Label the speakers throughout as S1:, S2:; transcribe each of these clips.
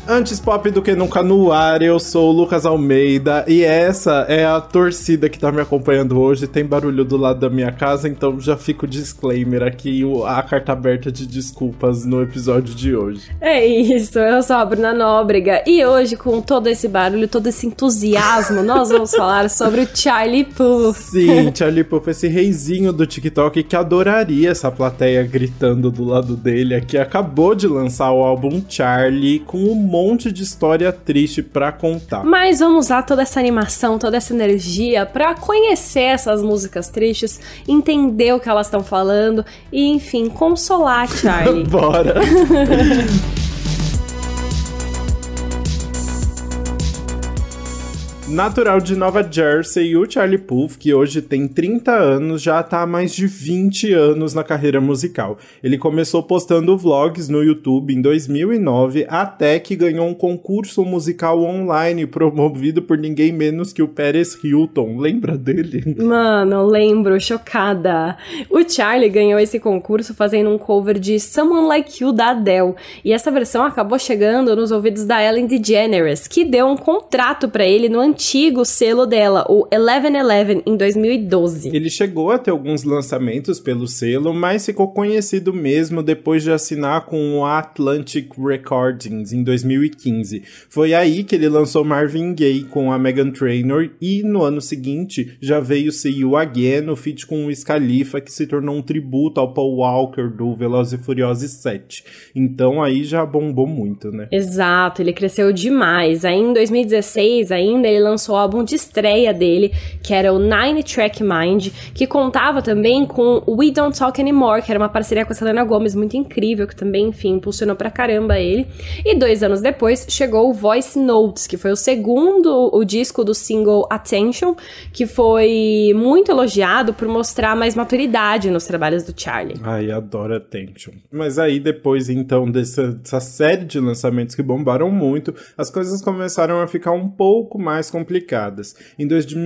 S1: Antes pop do que nunca no ar, eu sou o Lucas Almeida e essa é a torcida que tá me acompanhando hoje. Tem barulho do lado da minha casa, então já fica o disclaimer aqui, a carta aberta de desculpas no episódio de hoje.
S2: É isso, eu sou a Bruna Nóbrega e hoje, com todo esse barulho, todo esse entusiasmo, nós vamos falar sobre o Charlie Puth.
S1: Sim, Charlie Puth, esse reizinho do TikTok que adoraria essa plateia gritando do lado dele, que acabou de lançar o álbum Charlie com um monte de história triste pra contar.
S2: Mas vamos usar toda essa animação, toda essa energia pra conhecer essas músicas tristes, entender o que elas estão falando e, enfim, consolar Charlie.
S1: Bora! Natural de Nova Jersey, o Charlie Puth, que hoje tem 30 anos, já tá há mais de 20 anos na carreira musical. Ele começou postando vlogs no YouTube em 2009, até que ganhou um concurso musical online promovido por ninguém menos que o Paris Hilton. Lembra dele?
S2: Mano, lembro, chocada. O Charlie ganhou esse concurso fazendo um cover de Someone Like You da Adele, e essa versão acabou chegando nos ouvidos da Ellen DeGeneres, que deu um contrato pra ele no antigo selo dela, o 1111, em 2012.
S1: Ele chegou a ter alguns lançamentos pelo selo, mas ficou conhecido mesmo depois de assinar com o Atlantic Recordings em 2015. Foi aí que ele lançou Marvin Gaye com a Meghan Trainor e no ano seguinte já veio See You Again, o feat com o Wiz Khalifa, que se tornou um tributo ao Paul Walker do Velozes e Furiosos 7. Então aí já bombou muito, né?
S2: Exato, ele cresceu demais. Aí em 2016 ainda ele lançou o álbum de estreia dele, que era o Nine Track Mind, que contava também com We Don't Talk Anymore, que era uma parceria com a Selena Gomez muito incrível, que também, enfim, impulsionou pra caramba ele. E 2 anos depois chegou o Voice Notes, que foi o disco do single Attention, que foi muito elogiado por mostrar mais maturidade nos trabalhos do Charlie.
S1: Ai, adoro Attention. Mas aí depois, então, dessa série de lançamentos que bombaram muito, as coisas começaram a ficar um pouco mais complicadas. Em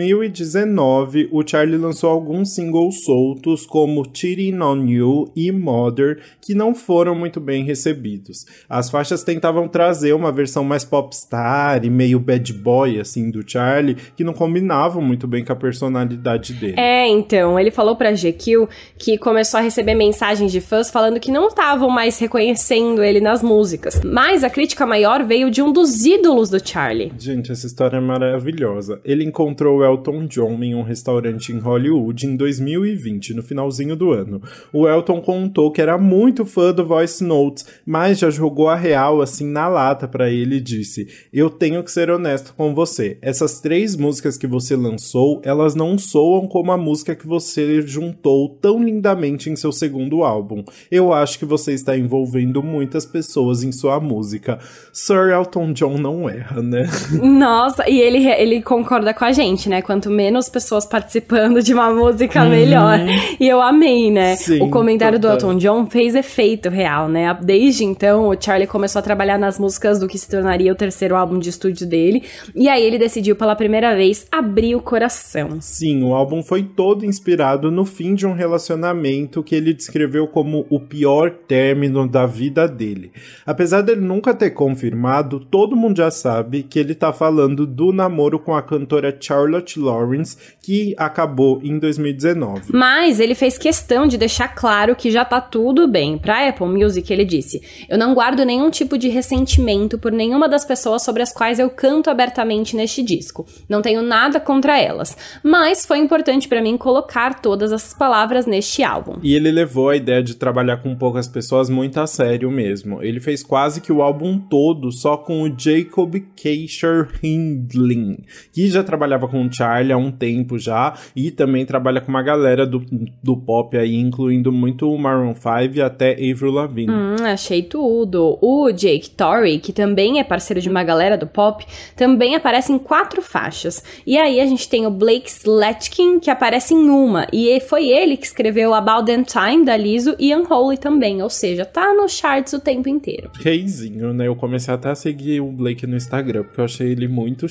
S1: 2019, o Charlie lançou alguns singles soltos, como Cheating on You e Mother, que não foram muito bem recebidos. As faixas tentavam trazer uma versão mais popstar e meio bad boy, assim, do Charlie, que não combinavam muito bem com a personalidade dele.
S2: Então, ele falou pra GQ que começou a receber mensagens de fãs falando que não estavam mais reconhecendo ele nas músicas. Mas a crítica maior veio de um dos ídolos do Charlie.
S1: Gente, essa história é maravilhosa. Ele encontrou o Elton John em um restaurante em Hollywood em 2020, no finalzinho do ano. O Elton contou que era muito fã do Voice Notes, mas já jogou a real assim na lata pra ele e disse: "Eu tenho que ser honesto com você. Essas 3 músicas que você lançou, elas não soam como a música que você juntou tão lindamente em seu segundo álbum. Eu acho que você está envolvendo muitas pessoas em sua música." Sir Elton John não erra, né?
S2: Nossa, e ele concorda com a gente, né? Quanto menos pessoas participando de uma música, melhor. E eu amei, né?
S1: Sim,
S2: o comentário
S1: total.
S2: do Elton John fez efeito real, né? Desde então, o Charlie começou a trabalhar nas músicas do que se tornaria o terceiro álbum de estúdio dele. E aí ele decidiu pela primeira vez abrir o coração.
S1: Sim, o álbum foi todo inspirado no fim de um relacionamento que ele descreveu como o pior término da vida dele. Apesar dele nunca ter confirmado, todo mundo já sabe que ele tá falando do namoro com a cantora Charlotte Lawrence, que acabou em 2019.
S2: Mas ele fez questão de deixar claro que já tá tudo bem. Pra Apple Music, ele disse: "Eu não guardo nenhum tipo de ressentimento por nenhuma das pessoas sobre as quais eu canto abertamente neste disco. Não tenho nada contra elas. Mas foi importante pra mim colocar todas essas palavras neste álbum."
S1: E ele levou a ideia de trabalhar com poucas pessoas muito a sério mesmo. Ele fez quase que o álbum todo só com o Jacob Kasher Hindlin, que já trabalhava com o Charlie há um tempo já, e também trabalha com uma galera do pop aí, incluindo muito o Maroon 5 e até Avril Lavigne.
S2: Achei tudo. O Jake Torrey, que também é parceiro de uma galera do pop, também aparece em 4 faixas. E aí a gente tem o Blake Slatkin, que aparece em uma, e foi ele que escreveu About That Time, da Lizzo, e Unholy também, ou seja, tá no charts o tempo inteiro.
S1: Reizinho, né? Eu comecei até a seguir o Blake no Instagram, porque eu achei ele muito chique.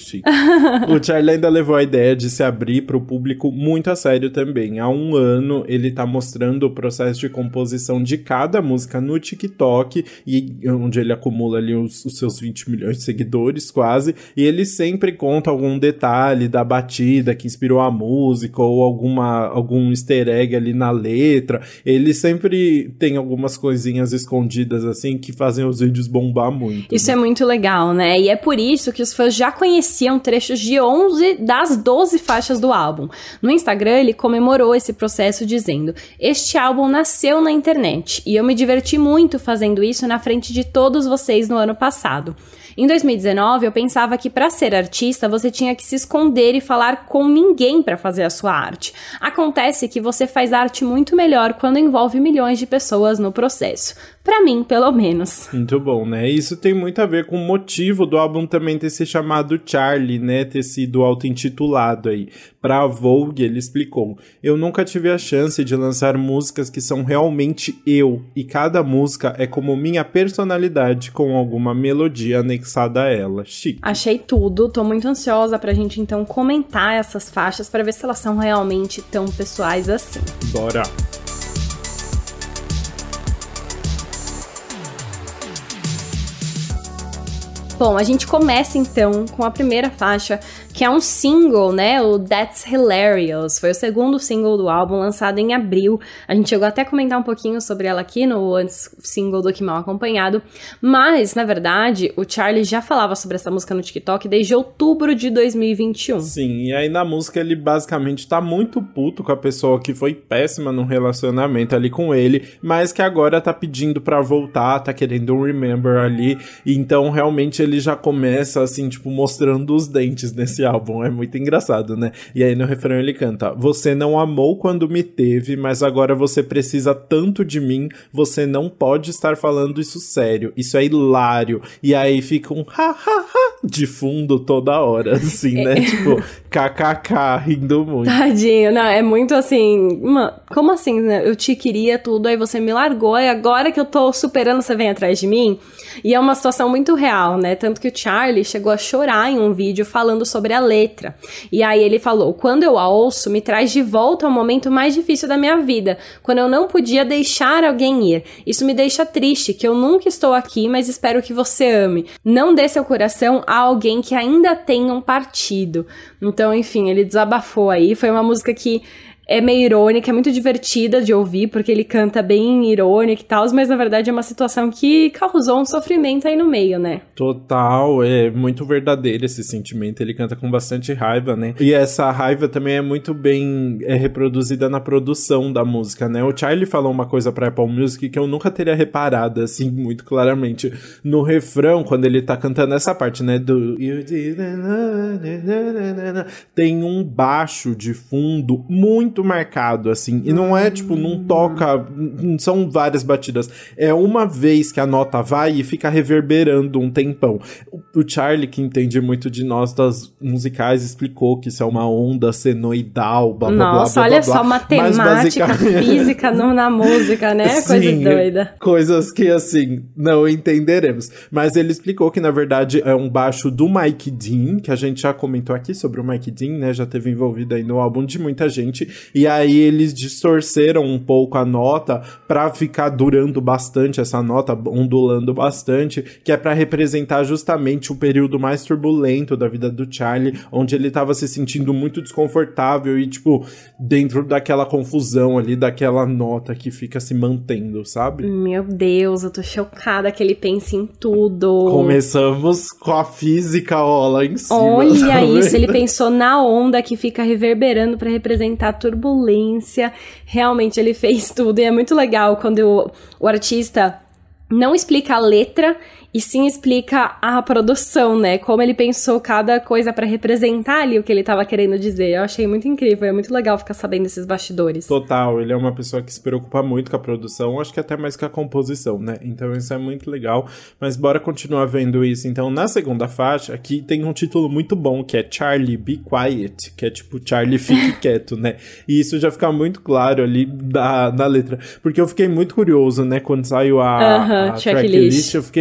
S1: O Charlie ainda levou a ideia de se abrir para o público muito a sério também. Há um ano, ele tá mostrando o processo de composição de cada música no TikTok, e onde ele acumula ali os seus 20 milhões de seguidores, quase, e ele sempre conta algum detalhe da batida que inspirou a música, ou algum easter egg ali na letra. Ele sempre tem algumas coisinhas escondidas, assim, que fazem os vídeos bombar muito.
S2: Isso é muito legal, né? E é por isso que os fãs já conheciam trechos de 11 das 12 faixas do álbum. No Instagram, ele comemorou esse processo dizendo: "Este álbum nasceu na internet e eu me diverti muito fazendo isso na frente de todos vocês no ano passado. Em 2019, eu pensava que para ser artista você tinha que se esconder e falar com ninguém para fazer a sua arte. Acontece que você faz arte muito melhor quando envolve milhões de pessoas no processo. Pra mim, pelo menos."
S1: Muito bom, né? Isso tem muito a ver com o motivo do álbum também ter se chamado Charlie, né? Ter sido auto-intitulado aí. Pra Vogue, ele explicou: "Eu nunca tive a chance de lançar músicas que são realmente eu, e cada música é como minha personalidade, com alguma melodia anexada a ela." Chique.
S2: Achei tudo, tô muito ansiosa pra gente então comentar essas faixas pra ver se elas são realmente tão pessoais assim.
S1: Bora!
S2: Bom, a gente começa então com a primeira faixa, que é um single, né? O That's Hilarious. Foi o segundo single do álbum, lançado em abril. A gente chegou até a comentar um pouquinho sobre ela aqui no single do Que Mal Acompanhado. Mas, na verdade, o Charlie já falava sobre essa música no TikTok desde outubro de 2021.
S1: Sim, e aí na música ele basicamente tá muito puto com a pessoa que foi péssima no relacionamento ali com ele, mas que agora tá pedindo pra voltar, tá querendo um remember ali. Então, realmente, ele já começa, assim, tipo, mostrando os dentes nesse álbum. É muito engraçado, né? E aí no refrão ele canta: "Você não amou quando me teve, mas agora você precisa tanto de mim, você não pode estar falando isso sério. Isso é hilário." E aí fica um ha ha ha de fundo toda hora, assim, né? Tipo, kkk, rindo muito.
S2: Tadinho, não, é muito assim, como assim, né? Eu te queria tudo, aí você me largou, e agora que eu tô superando, você vem atrás de mim? E é uma situação muito real, né? Tanto que o Charlie chegou a chorar em um vídeo falando sobre a letra. E aí ele falou: "Quando eu a ouço, me traz de volta ao momento mais difícil da minha vida, quando eu não podia deixar alguém ir. Isso me deixa triste, que eu nunca estou aqui, mas espero que você ame. Não dê seu coração a alguém que ainda tenha um partido." Então, enfim, ele desabafou aí. Foi uma música que é meio irônica, é muito divertida de ouvir, porque ele canta bem irônico e tal, mas na verdade é uma situação que causou um sofrimento aí no meio, né?
S1: Total, é muito verdadeiro esse sentimento, ele canta com bastante raiva, né? E essa raiva também é muito bem reproduzida na produção da música, né? O Charlie falou uma coisa pra Apple Music que eu nunca teria reparado, assim, muito claramente. No refrão, quando ele tá cantando essa parte, né, do tem um baixo de fundo muito marcado, assim, e não é, tipo, não toca, são várias batidas, é uma vez que a nota vai e fica reverberando um tempão. O Charlie, que entende muito de notas musicais, explicou que isso é uma onda senoidal, blá, blá,
S2: Nossa,
S1: blá,
S2: olha
S1: blá,
S2: só, matemática, física na música, né?
S1: Sim,
S2: coisa doida.
S1: Coisas que, assim, não entenderemos. Mas ele explicou que, na verdade, é um baixo do Mike Dean, que a gente já comentou aqui sobre o Mike Dean, né? Já teve envolvido aí no álbum de muita gente. E aí eles distorceram um pouco a nota pra ficar durando bastante essa nota, ondulando bastante, que é pra representar justamente o período mais turbulento da vida do Charlie, onde ele tava se sentindo muito desconfortável e, tipo, dentro daquela confusão ali, daquela nota que fica se mantendo, sabe?
S2: Meu Deus, eu tô chocada que ele pense em tudo.
S1: Começamos com a física, ó, lá em cima.
S2: Olha
S1: sabe?
S2: isso, ele pensou na onda que fica reverberando pra representar a turbulência. Realmente ele fez tudo, e é muito legal quando o artista não explica a letra e sim explica a produção, né? Como ele pensou cada coisa pra representar ali o que ele tava querendo dizer. Eu achei muito incrível, é muito legal ficar sabendo desses bastidores.
S1: Total, ele é uma pessoa que se preocupa muito com a produção, acho que até mais com a composição, né? Então isso é muito legal, mas bora continuar vendo isso. Então, na segunda faixa, aqui tem um título muito bom, que é Charlie Be Quiet, que é tipo Charlie Fique Quieto, né? E isso já fica muito claro ali na letra, porque eu fiquei muito curioso, né? Quando saiu a tracklist, eu fiquei, meu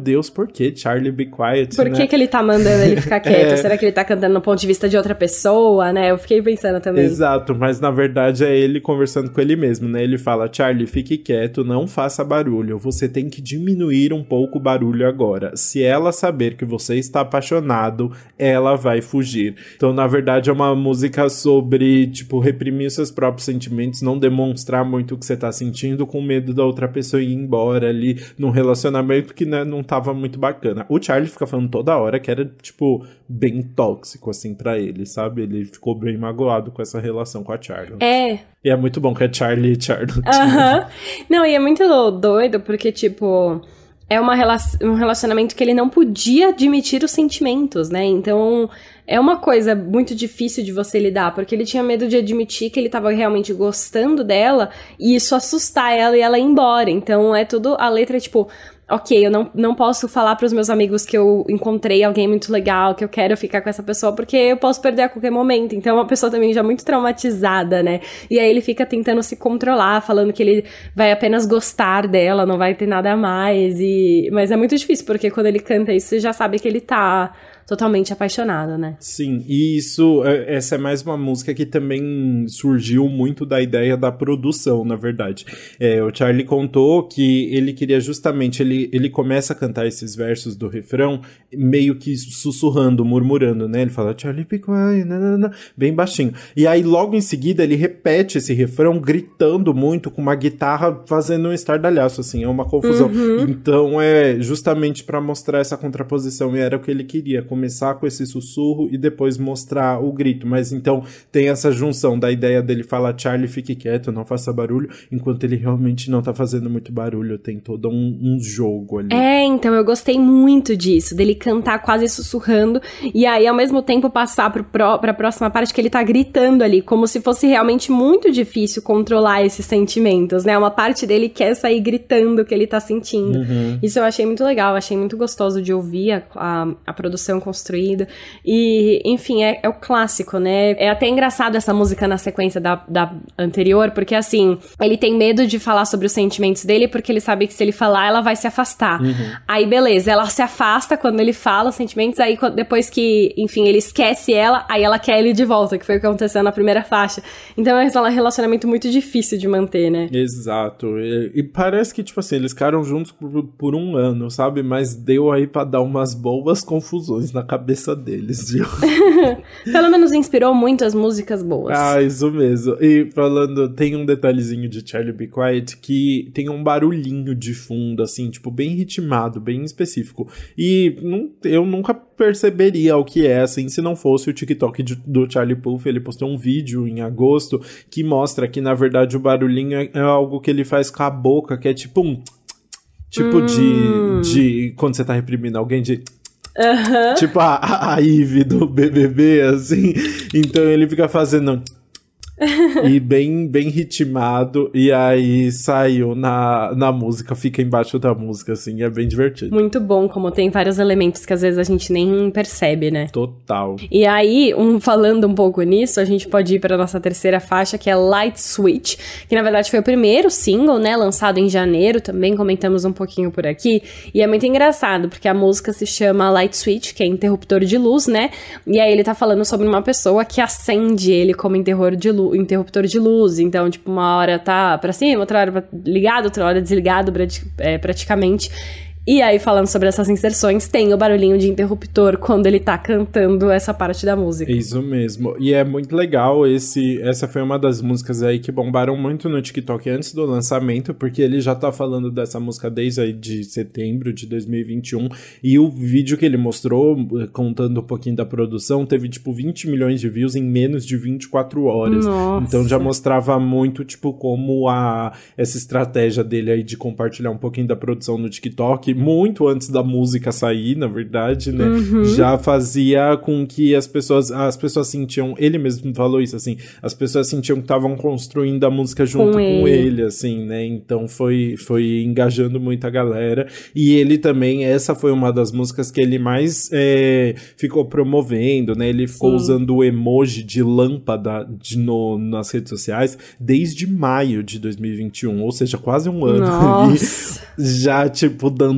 S1: Deus, por que Charlie Be Quiet,
S2: Por
S1: né?
S2: que ele tá mandando ele ficar quieto? Será que ele tá cantando no ponto de vista de outra pessoa, né? Eu fiquei pensando também.
S1: Exato, mas na verdade é ele conversando com ele mesmo, né? Ele fala, Charlie, fique quieto, não faça barulho, você tem que diminuir um pouco o barulho agora. Se ela saber que você está apaixonado, ela vai fugir. Então, na verdade, é uma música sobre, tipo, reprimir os seus próprios sentimentos, não demonstrar muito o que você tá sentindo, com medo da outra pessoa ir embora ali num relacionamento que, né, não tava muito bacana. O Charlie fica falando toda hora que era, tipo, bem tóxico, assim, pra ele, sabe? Ele ficou bem magoado com essa relação com a Charlotte. E é muito bom que é Charlie e Charlotte.
S2: Não, e é muito doido, porque, tipo... É um relacionamento que ele não podia admitir os sentimentos, né? Então, é uma coisa muito difícil de você lidar, porque ele tinha medo de admitir que ele tava realmente gostando dela e isso assustar ela e ela ir embora. Então, é tudo... A letra é tipo... Ok, eu não posso falar pros meus amigos que eu encontrei alguém muito legal, que eu quero ficar com essa pessoa, porque eu posso perder a qualquer momento. Então é uma pessoa também já muito traumatizada, né? E aí ele fica tentando se controlar, falando que ele vai apenas gostar dela, não vai ter nada a mais. Mas é muito difícil, porque quando ele canta isso, você já sabe que ele tá totalmente apaixonado, né?
S1: Sim, e essa é mais uma música que também surgiu muito da ideia da produção, na verdade. O Charlie contou que ele queria justamente, ele começa a cantar esses versos do refrão meio que sussurrando, murmurando, né? Ele fala, Charlie be quiet, bem baixinho. E aí, logo em seguida, ele repete esse refrão gritando muito, com uma guitarra fazendo um estardalhaço, assim, é uma confusão. Então, é justamente pra mostrar essa contraposição, e era o que ele queria, começar com esse sussurro e depois mostrar o grito. Mas então tem essa junção da ideia dele falar Charlie, fique quieto, não faça barulho, enquanto ele realmente não tá fazendo muito barulho. Tem todo um jogo ali.
S2: Então eu gostei muito disso, dele cantar quase sussurrando e aí ao mesmo tempo passar pra próxima parte que ele tá gritando ali, como se fosse realmente muito difícil controlar esses sentimentos, né? Uma parte dele quer sair gritando o que ele tá sentindo. Isso eu achei muito legal, achei muito gostoso de ouvir a produção construída. E, enfim, é o clássico, né? É até engraçado essa música na sequência da anterior, porque, assim, ele tem medo de falar sobre os sentimentos dele, porque ele sabe que se ele falar, ela vai se afastar. Aí, beleza, ela se afasta quando ele fala os sentimentos, aí depois que, enfim, ele esquece ela, aí ela quer ele de volta, que foi o que aconteceu na primeira faixa. Então, é um relacionamento muito difícil de manter, né?
S1: Exato. E parece que, tipo assim, eles ficaram juntos por um ano, sabe? Mas deu aí pra dar umas boas confusões na cabeça deles, viu?
S2: Pelo menos inspirou muito as músicas boas.
S1: Isso mesmo. E falando, tem um detalhezinho de Charlie Be Quiet que tem um barulhinho de fundo, assim, tipo, bem ritmado, bem específico. E eu nunca perceberia o que é, assim, se não fosse o TikTok do Charlie Puth. Ele postou um vídeo em agosto que mostra que, na verdade, o barulhinho é algo que ele faz com a boca, que é tipo um... Tipo de... Quando você tá reprimindo alguém, de... Tipo a Ivy do BBB, assim. Então ele fica fazendo... e bem ritmado, e aí saiu na música, fica embaixo da música, assim, é bem divertido.
S2: Muito bom, como tem vários elementos que às vezes a gente nem percebe, né?
S1: Total.
S2: E aí, falando um pouco nisso, a gente pode ir pra nossa terceira faixa, que é Light Switch, que na verdade foi o primeiro single, né, lançado em janeiro, também comentamos um pouquinho por aqui, e é muito engraçado, porque a música se chama Light Switch, que é interruptor de luz, né, e aí ele tá falando sobre uma pessoa que acende ele como interruptor de luz, então, tipo, uma hora tá pra cima, outra hora ligado, outra hora desligado, praticamente. E aí, falando sobre essas inserções, tem o barulhinho de interruptor quando ele tá cantando essa parte da música.
S1: Isso mesmo. E é muito legal essa foi uma das músicas aí que bombaram muito no TikTok antes do lançamento, porque ele já tá falando dessa música desde aí de setembro de 2021, e o vídeo que ele mostrou, contando um pouquinho da produção, teve, tipo, 20 milhões de views em menos de 24 horas.
S2: Nossa.
S1: Então já mostrava muito, tipo, como essa estratégia dele aí de compartilhar um pouquinho da produção no TikTok, muito antes da música sair, na verdade, né? Já fazia com que as pessoas sentiam, ele mesmo falou isso, assim, as pessoas sentiam que estavam construindo a música junto com ele, assim, né? Então foi engajando muito a galera. E ele também, essa foi uma das músicas que ele mais ficou promovendo, né? Ele ficou usando o emoji de lâmpada nas redes sociais desde maio de 2021, ou seja, quase um ano.
S2: Nossa.
S1: Já, tipo, dando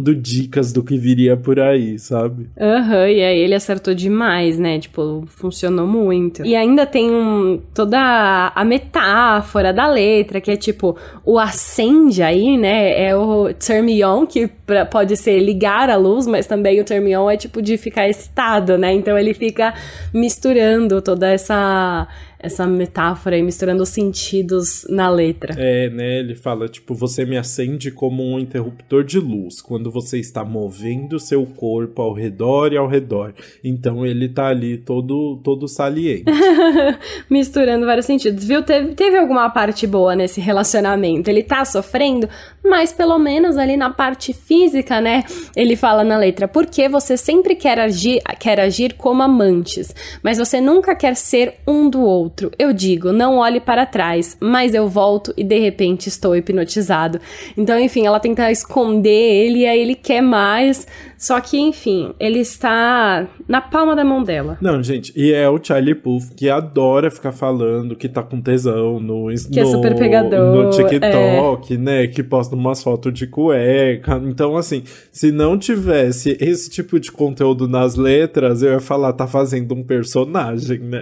S1: dando dicas do que viria por aí, sabe?
S2: E aí ele acertou demais, né? Tipo, funcionou muito. E ainda tem toda a metáfora da letra, que é tipo, o acende aí, né? É o turn me on, que pode ser ligar a luz, mas também o turn me on é tipo de ficar excitado, né? Então ele fica misturando toda essa metáfora e misturando os sentidos na letra.
S1: Né, ele fala, tipo, você me acende como um interruptor de luz, quando você está movendo seu corpo ao redor e ao redor. Então ele tá ali todo saliente.
S2: Misturando vários sentidos, viu? Teve alguma parte boa nesse relacionamento. Ele tá sofrendo, mas pelo menos ali na parte física, né? Ele fala na letra, porque você sempre quer agir como amantes, mas você nunca quer ser um do outro. Eu digo, não olhe para trás, mas eu volto e de repente estou hipnotizado. Então, enfim, ela tenta esconder ele e aí ele quer mais, só que, enfim, ele está na palma da mão dela.
S1: Não, gente, e é o Charlie Puth que adora ficar falando que tá com tesão
S2: que é super pegador,
S1: no TikTok, né, que posta umas fotos de cueca. Então, assim, se não tivesse esse tipo de conteúdo nas letras, eu ia falar, tá fazendo um personagem, né?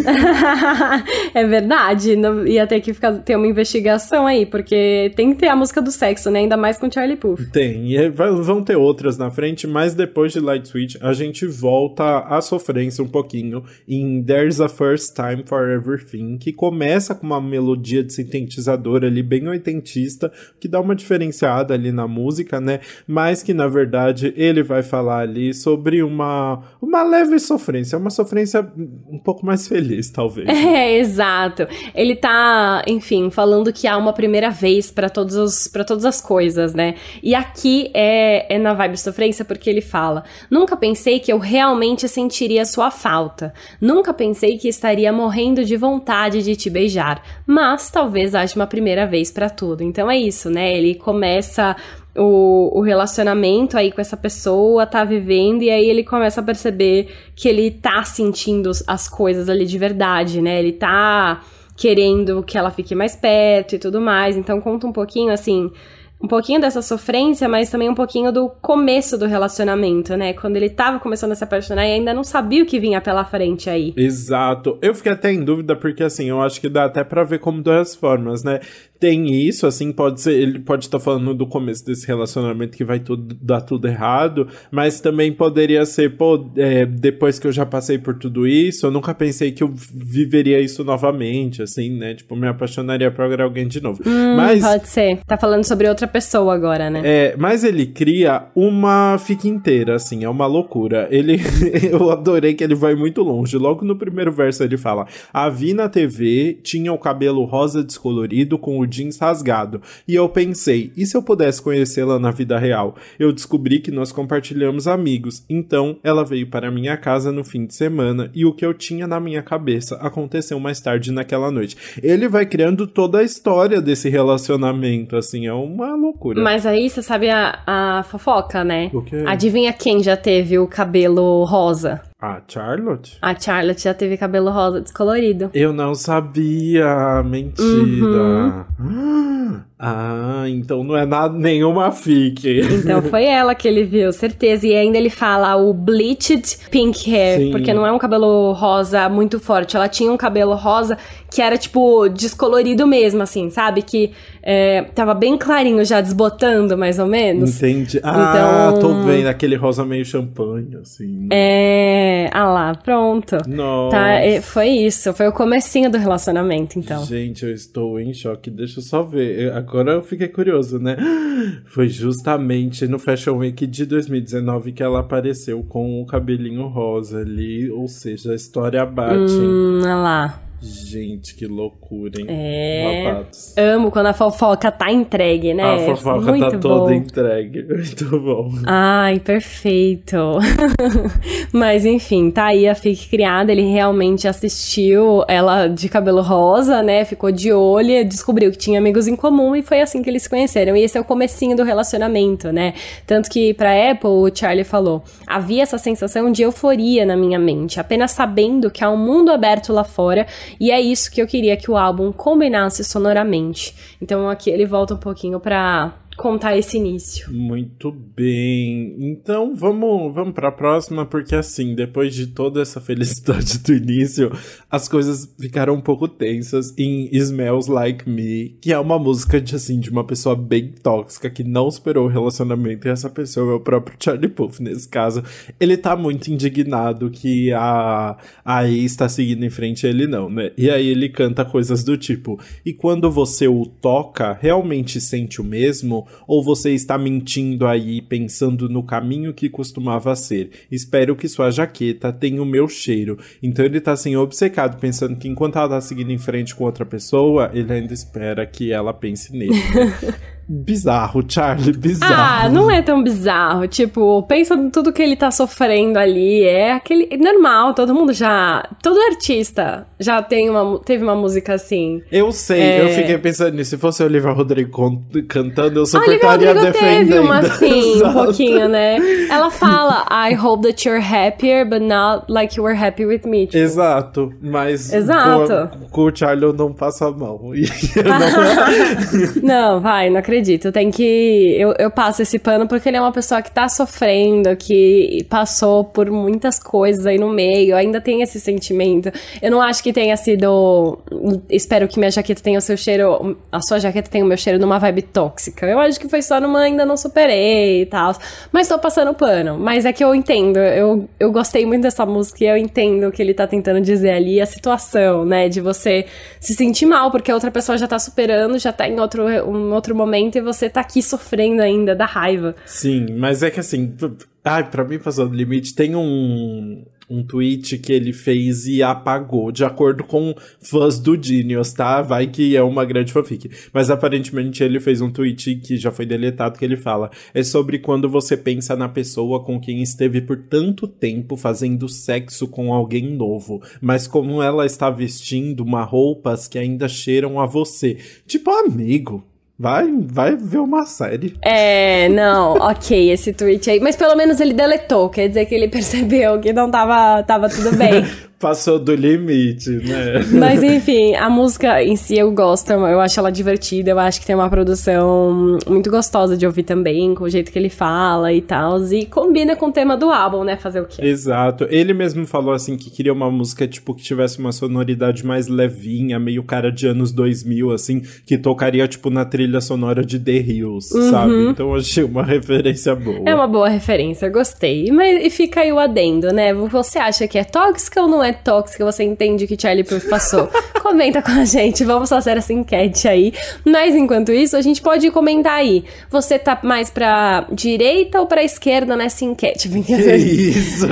S2: É verdade, ia ter que ter uma investigação aí, porque tem que ter a música do sexo, né? Ainda mais com Charlie Puth.
S1: Tem, e vão ter outras na frente, mas depois de Light Switch, a gente volta à sofrência um pouquinho em There's a First Time for Everything, que começa com uma melodia de sintetizador ali bem oitentista, que dá uma diferenciada ali na música, né? Mas que, na verdade, ele vai falar ali sobre uma leve sofrência, uma sofrência um pouco mais feliz, talvez.
S2: Exato. Ele tá, enfim, falando que há uma primeira vez pra todas as coisas, né? E aqui é na vibe sofrência porque ele fala, nunca pensei que eu realmente sentiria sua falta. Nunca pensei que estaria morrendo de vontade de te beijar. Mas talvez haja uma primeira vez pra tudo. Então é isso, né? Ele começa o relacionamento aí com essa pessoa, tá vivendo, e aí ele começa a perceber que ele tá sentindo as coisas ali de verdade, né? Ele tá querendo que ela fique mais perto e tudo mais. Então conta um pouquinho, assim, um pouquinho dessa sofrência, mas também um pouquinho do começo do relacionamento, né? Quando ele tava começando a se apaixonar e ainda não sabia o que vinha pela frente aí.
S1: Exato. Eu fiquei até em dúvida porque, assim, eu acho que dá até pra ver como duas formas, né? Tem isso, assim, pode ser, ele pode estar falando do começo desse relacionamento que vai dar tudo errado, mas também poderia ser, depois que eu já passei por tudo isso, eu nunca pensei que eu viveria isso novamente, assim, né? Tipo, me apaixonaria por alguém de novo. Mas
S2: pode ser. Tá falando sobre outra pessoa agora, né?
S1: Mas ele cria uma fica inteira, assim, é uma loucura. Eu adorei que ele vai muito longe. Logo no primeiro verso ele fala, a vi na TV, tinha o cabelo rosa descolorido com o jeans rasgado. E eu pensei, e se eu pudesse conhecê-la na vida real? Eu descobri que nós compartilhamos amigos. Então, ela veio para minha casa no fim de semana e o que eu tinha na minha cabeça aconteceu mais tarde naquela noite. Ele vai criando toda a história desse relacionamento, assim, é uma loucura.
S2: Mas aí, você sabe a fofoca, né?
S1: O quê?
S2: Adivinha quem já teve o cabelo rosa?
S1: A Charlotte?
S2: A Charlotte já teve cabelo rosa descolorido.
S1: Eu não sabia, mentira. Então não é nenhuma fic.
S2: Então foi ela que ele viu, certeza. E ainda ele fala o bleached pink hair,
S1: Sim.
S2: Porque não é um cabelo rosa muito forte. Ela tinha um cabelo rosa que era, tipo, descolorido mesmo, assim, sabe? Que tava bem clarinho já, desbotando, mais ou menos.
S1: Entendi.
S2: Então...
S1: tô vendo aquele rosa meio champanhe, assim.
S2: Lá, pronto.
S1: Nossa.
S2: Tá, foi isso, foi o comecinho do relacionamento, então.
S1: Gente, eu estou em choque. Deixa eu só ver. Agora eu fiquei curioso, né? Foi justamente no Fashion Week de 2019 que ela apareceu com o cabelinho rosa ali. Ou seja, a história bate.
S2: Olha lá.
S1: Gente, que loucura, hein? Rapatos.
S2: Amo quando a fofoca tá entregue, né?
S1: A fofoca
S2: muito
S1: tá
S2: bom.
S1: toda entregue. Muito bom.
S2: Ai, perfeito. Mas enfim, tá aí a fic criada. Ele realmente assistiu ela de cabelo rosa, né? Ficou de olho, descobriu que tinha amigos em comum e foi assim que eles se conheceram. E esse é o comecinho do relacionamento, né? Tanto que pra Apple, o Charlie falou, havia essa sensação de euforia na minha mente, apenas sabendo que há um mundo aberto lá fora. E é isso que eu queria que o álbum combinasse sonoramente. Então aqui ele volta um pouquinho pra contar esse início.
S1: Muito bem. Então, vamos pra próxima, porque assim, depois de toda essa felicidade do início, as coisas ficaram um pouco tensas em Smells Like Me, que é uma música de uma pessoa bem tóxica, que não superou o relacionamento, e essa pessoa é o próprio Charlie Puth, nesse caso. Ele tá muito indignado que a ex tá seguindo em frente, ele não, né? E aí ele canta coisas do tipo: e quando você o toca, realmente sente o mesmo? Ou você está mentindo aí, pensando no caminho que costumava ser? Espero que sua jaqueta tenha o meu cheiro. Então ele tá assim, obcecado, pensando que enquanto ela tá seguindo em frente com outra pessoa, ele ainda espera que ela pense nele, né? Bizarro, Charlie, bizarro.
S2: Ah, não é tão bizarro. Tipo, pensa em tudo que ele tá sofrendo ali. É aquele... normal, todo mundo já... Todo artista já teve uma música assim.
S1: Eu sei, eu fiquei pensando nisso. Se fosse a Olivia Rodrigo cantando, eu super estaria defendendo.
S2: Teve uma assim, um pouquinho, né? Ela fala, I hope that you're happier, but not like you were happy with me. Tipo.
S1: Exato, mas com o Charlie eu não passo a mão.
S2: Não, vai, não acredito. Tem que... Eu passo esse pano porque ele é uma pessoa que tá sofrendo, que passou por muitas coisas aí no meio, ainda tem esse sentimento. Eu não acho que tenha sido... Espero que minha jaqueta tenha o seu cheiro... A sua jaqueta tenha o meu cheiro numa vibe tóxica. Eu acho que foi só numa ainda não superei e tal. Mas tô passando pano. Mas é que eu entendo. Eu gostei muito dessa música e eu entendo o que ele tá tentando dizer ali. A situação, né? De você se sentir mal porque a outra pessoa já tá superando, já tá em um outro momento e você tá aqui sofrendo ainda da raiva.
S1: Sim, mas é que assim... Ai, pra mim, passou do limite, tem um tweet que ele fez e apagou, de acordo com fãs do Genius, tá? Vai que é uma grande fanfic. Mas aparentemente ele fez um tweet que já foi deletado, que ele fala: é sobre quando você pensa na pessoa com quem esteve por tanto tempo fazendo sexo com alguém novo, mas como ela está vestindo roupas que ainda cheiram a você. Tipo, amigo... Vai ver uma série.
S2: Não, ok, esse tweet aí. Mas pelo menos ele deletou, quer dizer que ele percebeu que não tava tudo bem.
S1: Passou do limite, né?
S2: Mas enfim, a música em si eu gosto, eu acho ela divertida, eu acho que tem uma produção muito gostosa de ouvir também, com o jeito que ele fala e tal, e combina com o tema do álbum, né, fazer o quê?
S1: Exato, ele mesmo falou assim que queria uma música tipo que tivesse uma sonoridade mais levinha, meio cara de anos 2000, assim, que tocaria tipo na trilha sonora de The Hills, sabe? Então eu achei uma referência boa.
S2: É uma boa referência, gostei. E fica aí o adendo, né? Você acha que é tóxica ou não é tóxica? Você entende que Charlie Puth passou? Comenta com a gente, vamos fazer essa enquete aí. Mas enquanto isso, a gente pode comentar aí. Você tá mais pra direita ou pra esquerda nessa enquete?
S1: Que isso?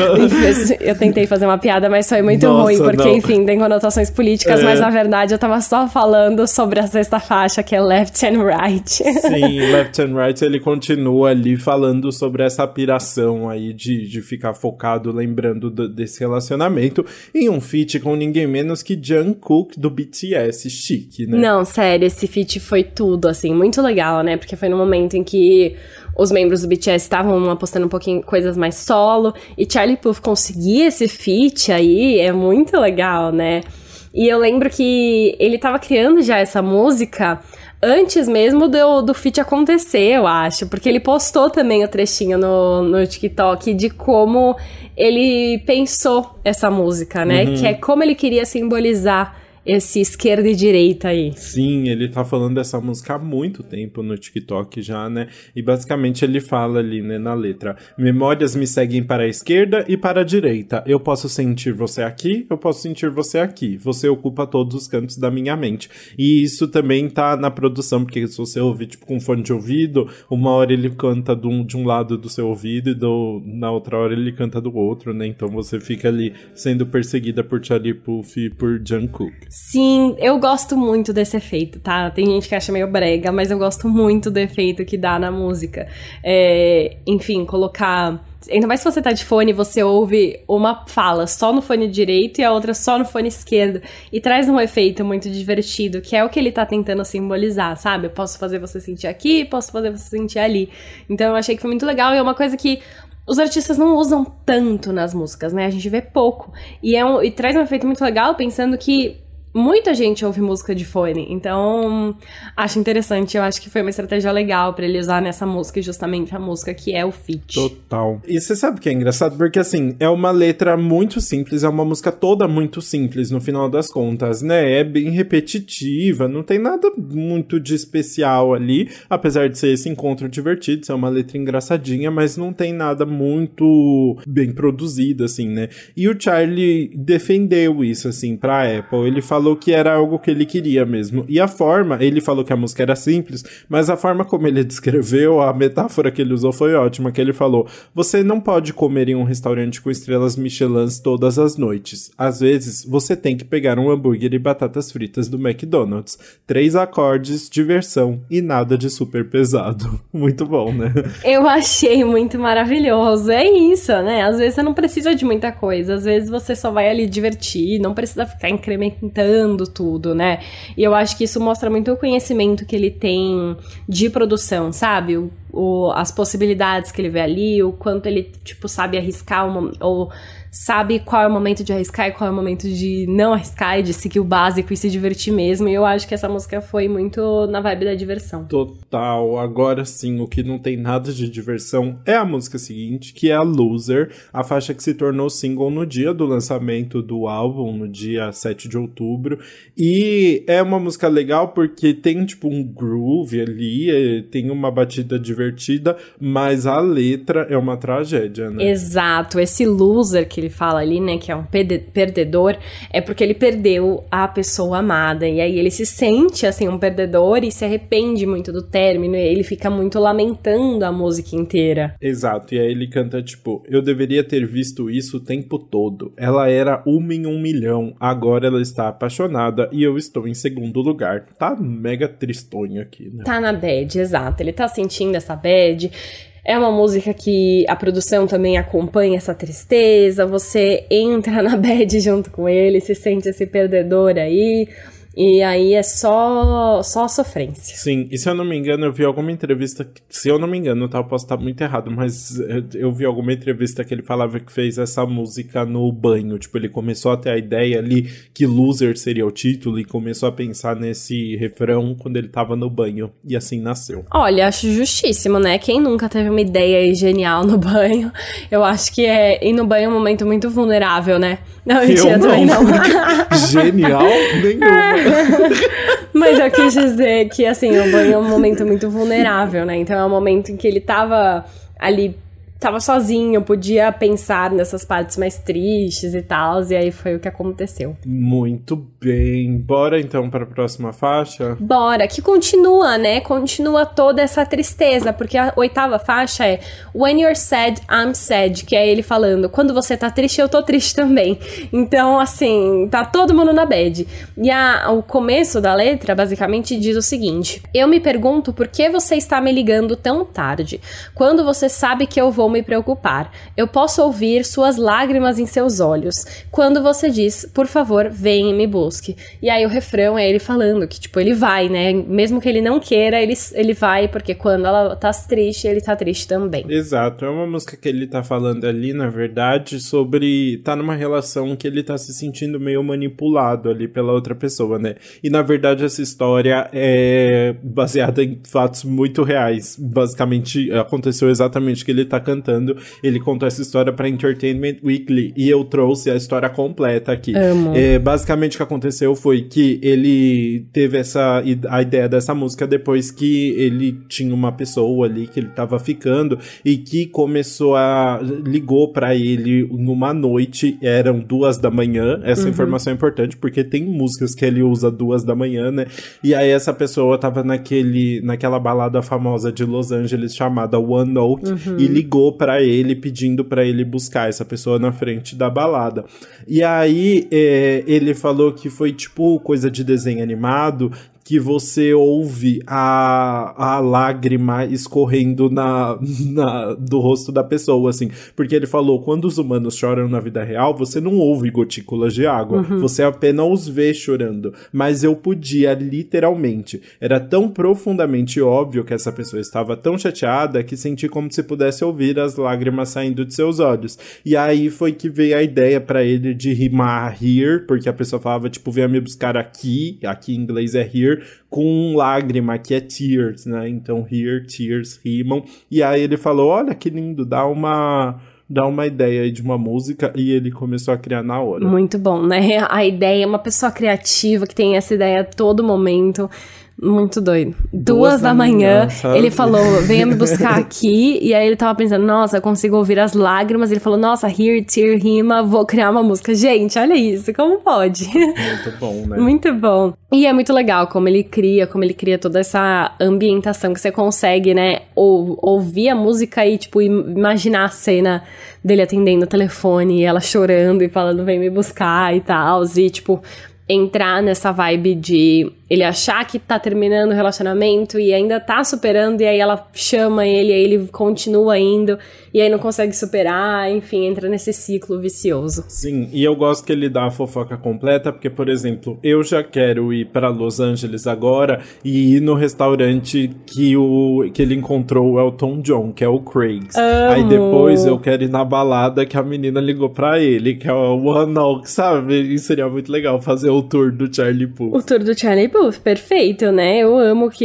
S2: Eu tentei fazer uma piada, mas foi muito ruim, porque enfim, tem conotações políticas, mas na verdade eu tava só falando sobre a sexta faixa, que é Left and Right.
S1: Sim, Left and Right, ele continua ali falando sobre essa piração aí de ficar focado, lembrando desse relacionamento, em um feat com ninguém menos que Jungkook do BTS, chique, né?
S2: Não, sério, esse feat foi tudo, assim, muito legal, né? Porque foi no momento em que os membros do BTS estavam apostando um pouquinho coisas mais solo, e Charlie Puth conseguir esse feat aí é muito legal, né? E eu lembro que ele tava criando já essa música antes mesmo do feat acontecer, eu acho. Porque ele postou também o trechinho no TikTok de como ele pensou essa música, né? Que é como ele queria simbolizar esse esquerda e direita aí.
S1: Sim, ele tá falando dessa música há muito tempo no TikTok já, né? E basicamente ele fala ali, né, na letra: memórias me seguem para a esquerda e para a direita. Eu posso sentir você aqui, eu posso sentir você aqui. Você ocupa todos os cantos da minha mente. E isso também tá na produção, porque se você ouvir, tipo, com fone de ouvido, uma hora ele canta de um lado do seu ouvido e na outra hora ele canta do outro, né? Então você fica ali sendo perseguida por Charlie Puth e por Jungkook.
S2: Sim, eu gosto muito desse efeito, tá? Tem gente que acha meio brega, mas eu gosto muito do efeito que dá na música. Enfim, colocar... Ainda mais se você tá de fone, você ouve uma fala só no fone direito e a outra só no fone esquerdo. E traz um efeito muito divertido, que é o que ele tá tentando simbolizar, sabe? Eu posso fazer você sentir aqui, posso fazer você sentir ali. Então eu achei que foi muito legal e é uma coisa que os artistas não usam tanto nas músicas, né? A gente vê pouco. E traz um efeito muito legal, pensando que muita gente ouve música de fone, então acho interessante, eu acho que foi uma estratégia legal pra ele usar nessa música, justamente a música que é o feat.
S1: Total. E você sabe o que é engraçado? Porque, assim, é uma letra muito simples, é uma música toda muito simples, no final das contas, né? É bem repetitiva, não tem nada muito de especial ali, apesar de ser esse encontro divertido, ser uma letra engraçadinha, mas não tem nada muito bem produzido, assim, né? E o Charlie defendeu isso, assim, pra Apple. Ele falou que era algo que ele queria mesmo. E a forma, ele falou que a música era simples, mas a forma como ele descreveu, a metáfora que ele usou foi ótima, que ele falou: você não pode comer em um restaurante com estrelas Michelin todas as noites. Às vezes, você tem que pegar um hambúrguer e batatas fritas do McDonald's. 3 acordes, diversão e nada de super pesado. Muito bom, né?
S2: Eu achei muito maravilhoso. É isso, né? Às vezes você não precisa de muita coisa. Às vezes você só vai ali divertir, não precisa ficar incrementando tudo, né? E eu acho que isso mostra muito o conhecimento que ele tem de produção, sabe? As possibilidades que ele vê ali, o quanto ele, tipo, sabe arriscar ou sabe qual é o momento de arriscar e qual é o momento de não arriscar e de seguir o básico e se divertir mesmo. E eu acho que essa música foi muito na vibe da diversão.
S1: Total. Agora sim, o que não tem nada de diversão é a música seguinte, que é a Loser, a faixa que se tornou single no dia do lançamento do álbum, no dia 7 de outubro. E é uma música legal porque tem, tipo, um groove ali, tem uma batida divertida, mas a letra é uma tragédia, né?
S2: Exato. Esse loser que ele fala ali, né, que é um perdedor, é porque ele perdeu a pessoa amada, e aí ele se sente, assim, um perdedor e se arrepende muito do término, e ele fica muito lamentando a música inteira.
S1: Exato, e aí ele canta, tipo: eu deveria ter visto isso o tempo todo, ela era 1 em 1 milhão, agora ela está apaixonada e eu estou em segundo lugar. Tá mega tristonho aqui, né?
S2: Tá na bad, exato, ele tá sentindo essa bad. É uma música que a produção também acompanha essa tristeza, você entra na bad junto com ele, se sente esse perdedor aí, e aí é só sofrência.
S1: Sim, e se eu não me engano, eu vi alguma entrevista, se eu não me engano, tá, eu posso estar muito errado, mas eu vi alguma entrevista que ele falava que fez essa música no banho, tipo, ele começou a ter a ideia ali que Loser seria o título e começou a pensar nesse refrão quando ele tava no banho, e assim nasceu.
S2: Olha, acho justíssimo, né? Quem nunca teve uma ideia genial no banho? Eu acho que ir no banho é um momento muito vulnerável, né? Não, mentira, também não.
S1: Genial? Nenhuma.
S2: Mas eu quis dizer que, assim, o banho é um momento muito vulnerável, né? Então é um momento em que ele tava ali, tava sozinho, podia pensar nessas partes mais tristes e tal, e aí foi o que aconteceu.
S1: Muito bem. Bora então para a próxima faixa?
S2: Bora, que continua, né? Continua toda essa tristeza, porque a 8ª faixa é When You're Sad, I'm Sad, que é ele falando: quando você tá triste, eu tô triste também. Então, assim, tá todo mundo na bad. E o começo da letra, basicamente, diz o seguinte: eu me pergunto por que você está me ligando tão tarde, quando você sabe que eu vou me preocupar. Eu posso ouvir suas lágrimas em seus olhos, quando você diz, por favor, vem e me busque. E aí o refrão é ele falando que, tipo, ele vai, né? Mesmo que ele não queira, ele vai, porque quando ela tá triste, ele tá triste também.
S1: Exato, é uma música que ele tá falando ali, na verdade, sobre tá numa relação que ele tá se sentindo meio manipulado ali pela outra pessoa, né? E na verdade essa história é baseada em fatos muito reais. Basicamente aconteceu exatamente o que ele tá cantando. Ele contou essa história pra Entertainment Weekly e eu trouxe a história completa aqui.
S2: Amo.
S1: Basicamente o que aconteceu foi que ele teve a ideia dessa música depois que ele tinha uma pessoa ali que ele tava ficando e que ligou pra ele numa noite, eram 2 da manhã, essa informação é importante porque tem músicas que ele usa 2 da manhã, né? E aí essa pessoa tava naquela balada famosa de Los Angeles chamada One Oak e ligou pra ele pedindo pra ele buscar essa pessoa na frente da balada. E aí ele falou que foi tipo coisa de desenho animado, que você ouve a lágrima escorrendo do rosto da pessoa, assim. Porque ele falou, quando os humanos choram na vida real, você não ouve gotículas de água, você apenas os vê chorando. Mas eu podia, literalmente. Era tão profundamente óbvio que essa pessoa estava tão chateada que senti como se pudesse ouvir as lágrimas saindo de seus olhos. E aí foi que veio a ideia pra ele de rimar here, porque a pessoa falava, tipo, venha me buscar aqui em inglês é here, com lágrima, que é tears, né? Então here, tears, rimam. E aí ele falou, olha que lindo, dá uma ideia aí de uma música, e ele começou a criar na hora.
S2: Muito bom, né? A ideia, uma pessoa criativa que tem essa ideia a todo momento. Muito doido. 2 da manhã, ele falou, venha me buscar aqui. E aí ele tava pensando, nossa, eu consigo ouvir as lágrimas. Ele falou, nossa, here, tear, rima, vou criar uma música. Gente, olha isso, como pode?
S1: Muito bom, né?
S2: Muito bom. E é muito legal como ele cria toda essa ambientação que você consegue, né, ouvir a música e, tipo, imaginar a cena dele atendendo o telefone e ela chorando e falando, vem me buscar e tal. E, tipo, entrar nessa vibe de ele achar que tá terminando o relacionamento e ainda tá superando, e aí ela chama ele, aí ele continua indo, e aí não consegue superar, enfim, entra nesse ciclo vicioso.
S1: Sim, e eu gosto que ele dá a fofoca completa, porque, por exemplo, eu já quero ir pra Los Angeles agora e ir no restaurante que ele encontrou o Elton John, que é o Craig's.
S2: Amo.
S1: Aí depois eu quero ir na balada que a menina ligou pra ele, que é o One Oak, sabe? E seria muito legal fazer o tour do Charlie Puth.
S2: O tour do Charlie Puth, perfeito, né? Eu amo que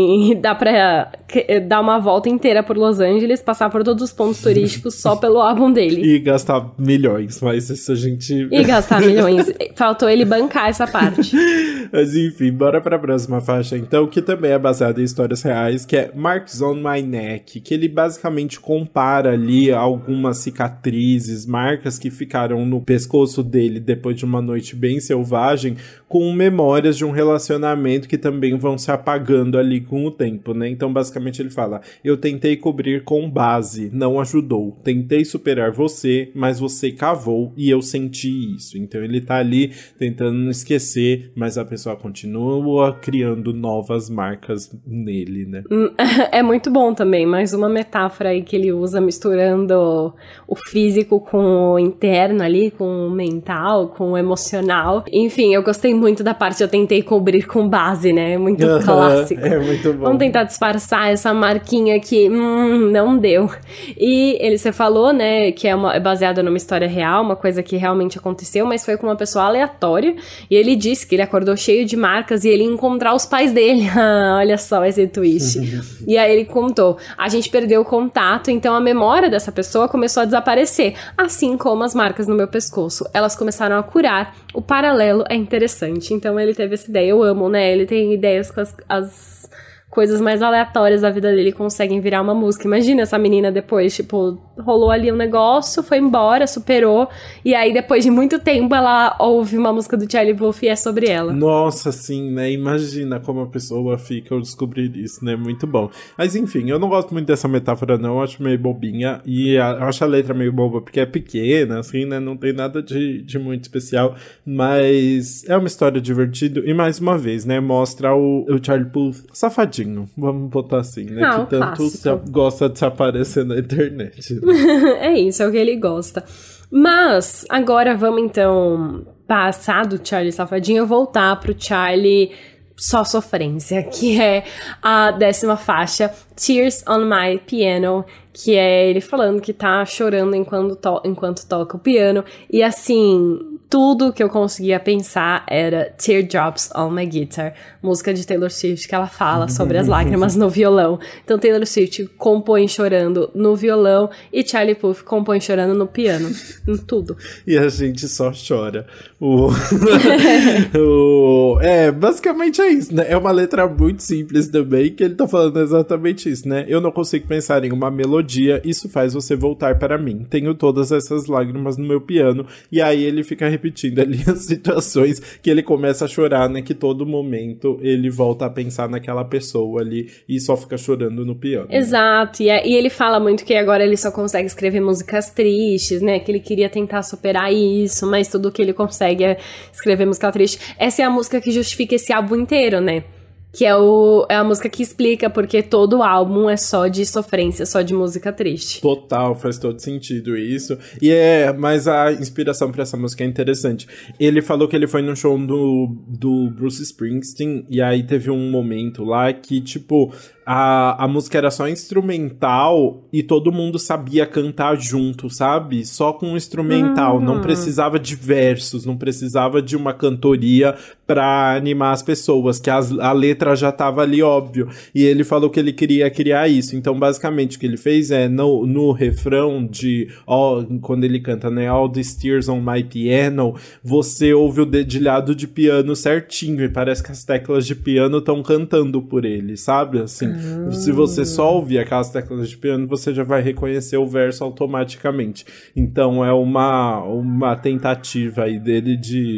S2: dá pra dar uma volta inteira por Los Angeles, passar por todos os pontos turísticos só pelo álbum dele.
S1: E gastar milhões, mas isso a gente...
S2: E gastar milhões. Faltou ele bancar essa parte.
S1: Mas enfim, bora pra próxima faixa então, que também é baseada em histórias reais, que é Marks on My Neck, que ele basicamente compara ali algumas cicatrizes, marcas que ficaram no pescoço dele depois de uma noite bem selvagem, com memórias de um relacionamento que também vão se apagando ali com o tempo, né? Então, basicamente, ele fala, eu tentei cobrir com base, não ajudou. Tentei superar você, mas você cavou e eu senti isso. Então, ele tá ali tentando não esquecer, mas a pessoa continua criando novas marcas nele, né?
S2: É muito bom também, mais uma metáfora aí que ele usa misturando o físico com o interno ali, com o mental, com o emocional. Enfim, eu gostei muito da parte eu tentei cobrir com base, né? É muito clássico.
S1: É muito bom.
S2: Vamos tentar disfarçar essa marquinha que não deu. E você falou, né, que é baseada numa história real, uma coisa que realmente aconteceu, mas foi com uma pessoa aleatória. E ele disse que ele acordou cheio de marcas e ele ia encontrar os pais dele. Olha só esse twist. E aí ele contou, a gente perdeu o contato, então a memória dessa pessoa começou a desaparecer, assim como as marcas no meu pescoço. Elas começaram a curar. O paralelo é interessante. Então ele teve essa ideia. Eu amo, né? Ele tem ideias com as coisas mais aleatórias da vida dele conseguem virar uma música. Imagina essa menina depois, tipo, rolou ali um negócio, foi embora, superou, e aí depois de muito tempo ela ouve uma música do Charlie Puth e é sobre ela.
S1: Nossa, sim, né? Imagina como a pessoa fica ao descobrir isso, né? Muito bom. Mas enfim, eu não gosto muito dessa metáfora não, eu acho meio bobinha, e eu acho a letra meio boba porque é pequena, assim, né? Não tem nada de muito especial, mas é uma história divertida, e mais uma vez, né? Mostra o Charlie Puth safadinho. Vamos botar assim, né?
S2: Não,
S1: que tanto gosta de se aparecer na internet.
S2: É isso, é o que ele gosta. Mas, agora vamos então passar do Charlie safadinho e voltar pro Charlie só sofrência, que é a 10ª faixa, Tears on My Piano, que é ele falando que tá chorando enquanto toca o piano. E assim, tudo que eu conseguia pensar era Teardrops on My Guitar, música de Taylor Swift, que ela fala sobre as lágrimas no violão. Então Taylor Swift compõe chorando no violão e Charlie Puth compõe chorando no piano, em tudo.
S1: E a gente só chora. Basicamente é isso, né? É uma letra muito simples também, que ele tá falando exatamente isso, né? Eu não consigo pensar em uma melodia, isso faz você voltar para mim. Tenho todas essas lágrimas no meu piano. E aí ele fica repetindo ali as situações que ele começa a chorar, né? Que todo momento ele volta a pensar naquela pessoa ali e só fica chorando no piano.
S2: Exato, né? E ele fala muito que agora ele só consegue escrever músicas tristes, né? Que ele queria tentar superar isso, mas tudo que ele consegue é escrever música triste. Essa é a música que justifica esse álbum inteiro, né? Que é a música que explica porque todo o álbum é só de sofrência, só de música triste.
S1: Total, faz todo sentido isso. Mas a inspiração pra essa música é interessante. Ele falou que ele foi num show do Bruce Springsteen, e aí teve um momento lá que, tipo, a música era só instrumental e todo mundo sabia cantar junto, sabe? Só com instrumental, não precisava de versos, não precisava de uma cantoria pra animar as pessoas, que a letra já tava ali, óbvio. E ele falou que ele queria criar isso. Então, basicamente, o que ele fez é, no refrão quando ele canta, né, All These Tears on My Piano, você ouve o dedilhado de piano certinho, e parece que as teclas de piano estão cantando por ele, sabe? Assim, se você só ouvir aquelas teclas de piano, você já vai reconhecer o verso automaticamente. Então, é uma tentativa aí dele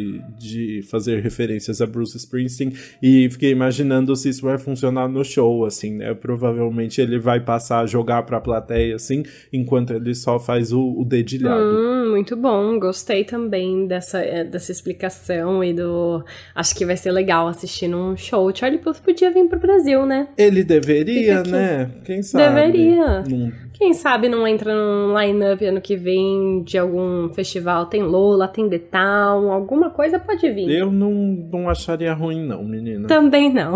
S1: de fazer referências a Bruce Springsteen, e fiquei imaginando se isso vai funcionar no show, assim, né? Provavelmente ele vai passar a jogar pra plateia, assim, enquanto ele só faz o dedilhado.
S2: Muito bom, gostei também dessa explicação acho que vai ser legal assistir num show. O Charlie Puth podia vir pro Brasil, né?
S1: Ele deveria, né? Quem sabe?
S2: Deveria. Quem sabe não entra num line-up ano que vem de algum festival. Tem Lola, tem The Town, alguma coisa pode vir.
S1: Eu não acharia ruim não, menina.
S2: Também não.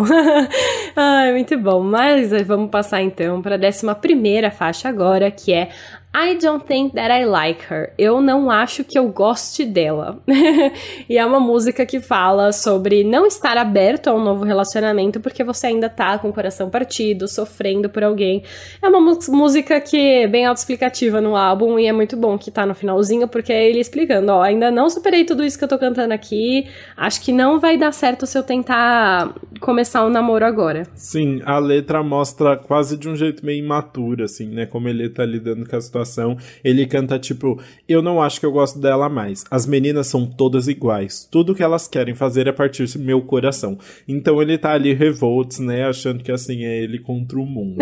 S2: Ai, muito bom. Mas vamos passar então para a 11ª faixa agora, que é I Don't Think That I Like Her. Eu não acho que eu goste dela. E é uma música que fala sobre não estar aberto a um novo relacionamento porque você ainda tá com o coração partido, sofrendo por alguém. É uma música que é bem autoexplicativa no álbum, e é muito bom que tá no finalzinho, porque é ele explicando, ainda não superei tudo isso que eu tô cantando aqui, acho que não vai dar certo se eu tentar começar um namoro agora.
S1: Sim, a letra mostra quase de um jeito meio imaturo, assim, né, como ele tá lidando com a situação. Ele canta tipo, eu não acho que eu gosto dela mais, as meninas são todas iguais, tudo que elas querem fazer é partir do meu coração. Então ele tá ali revolts, né, achando que assim é ele contra o mundo.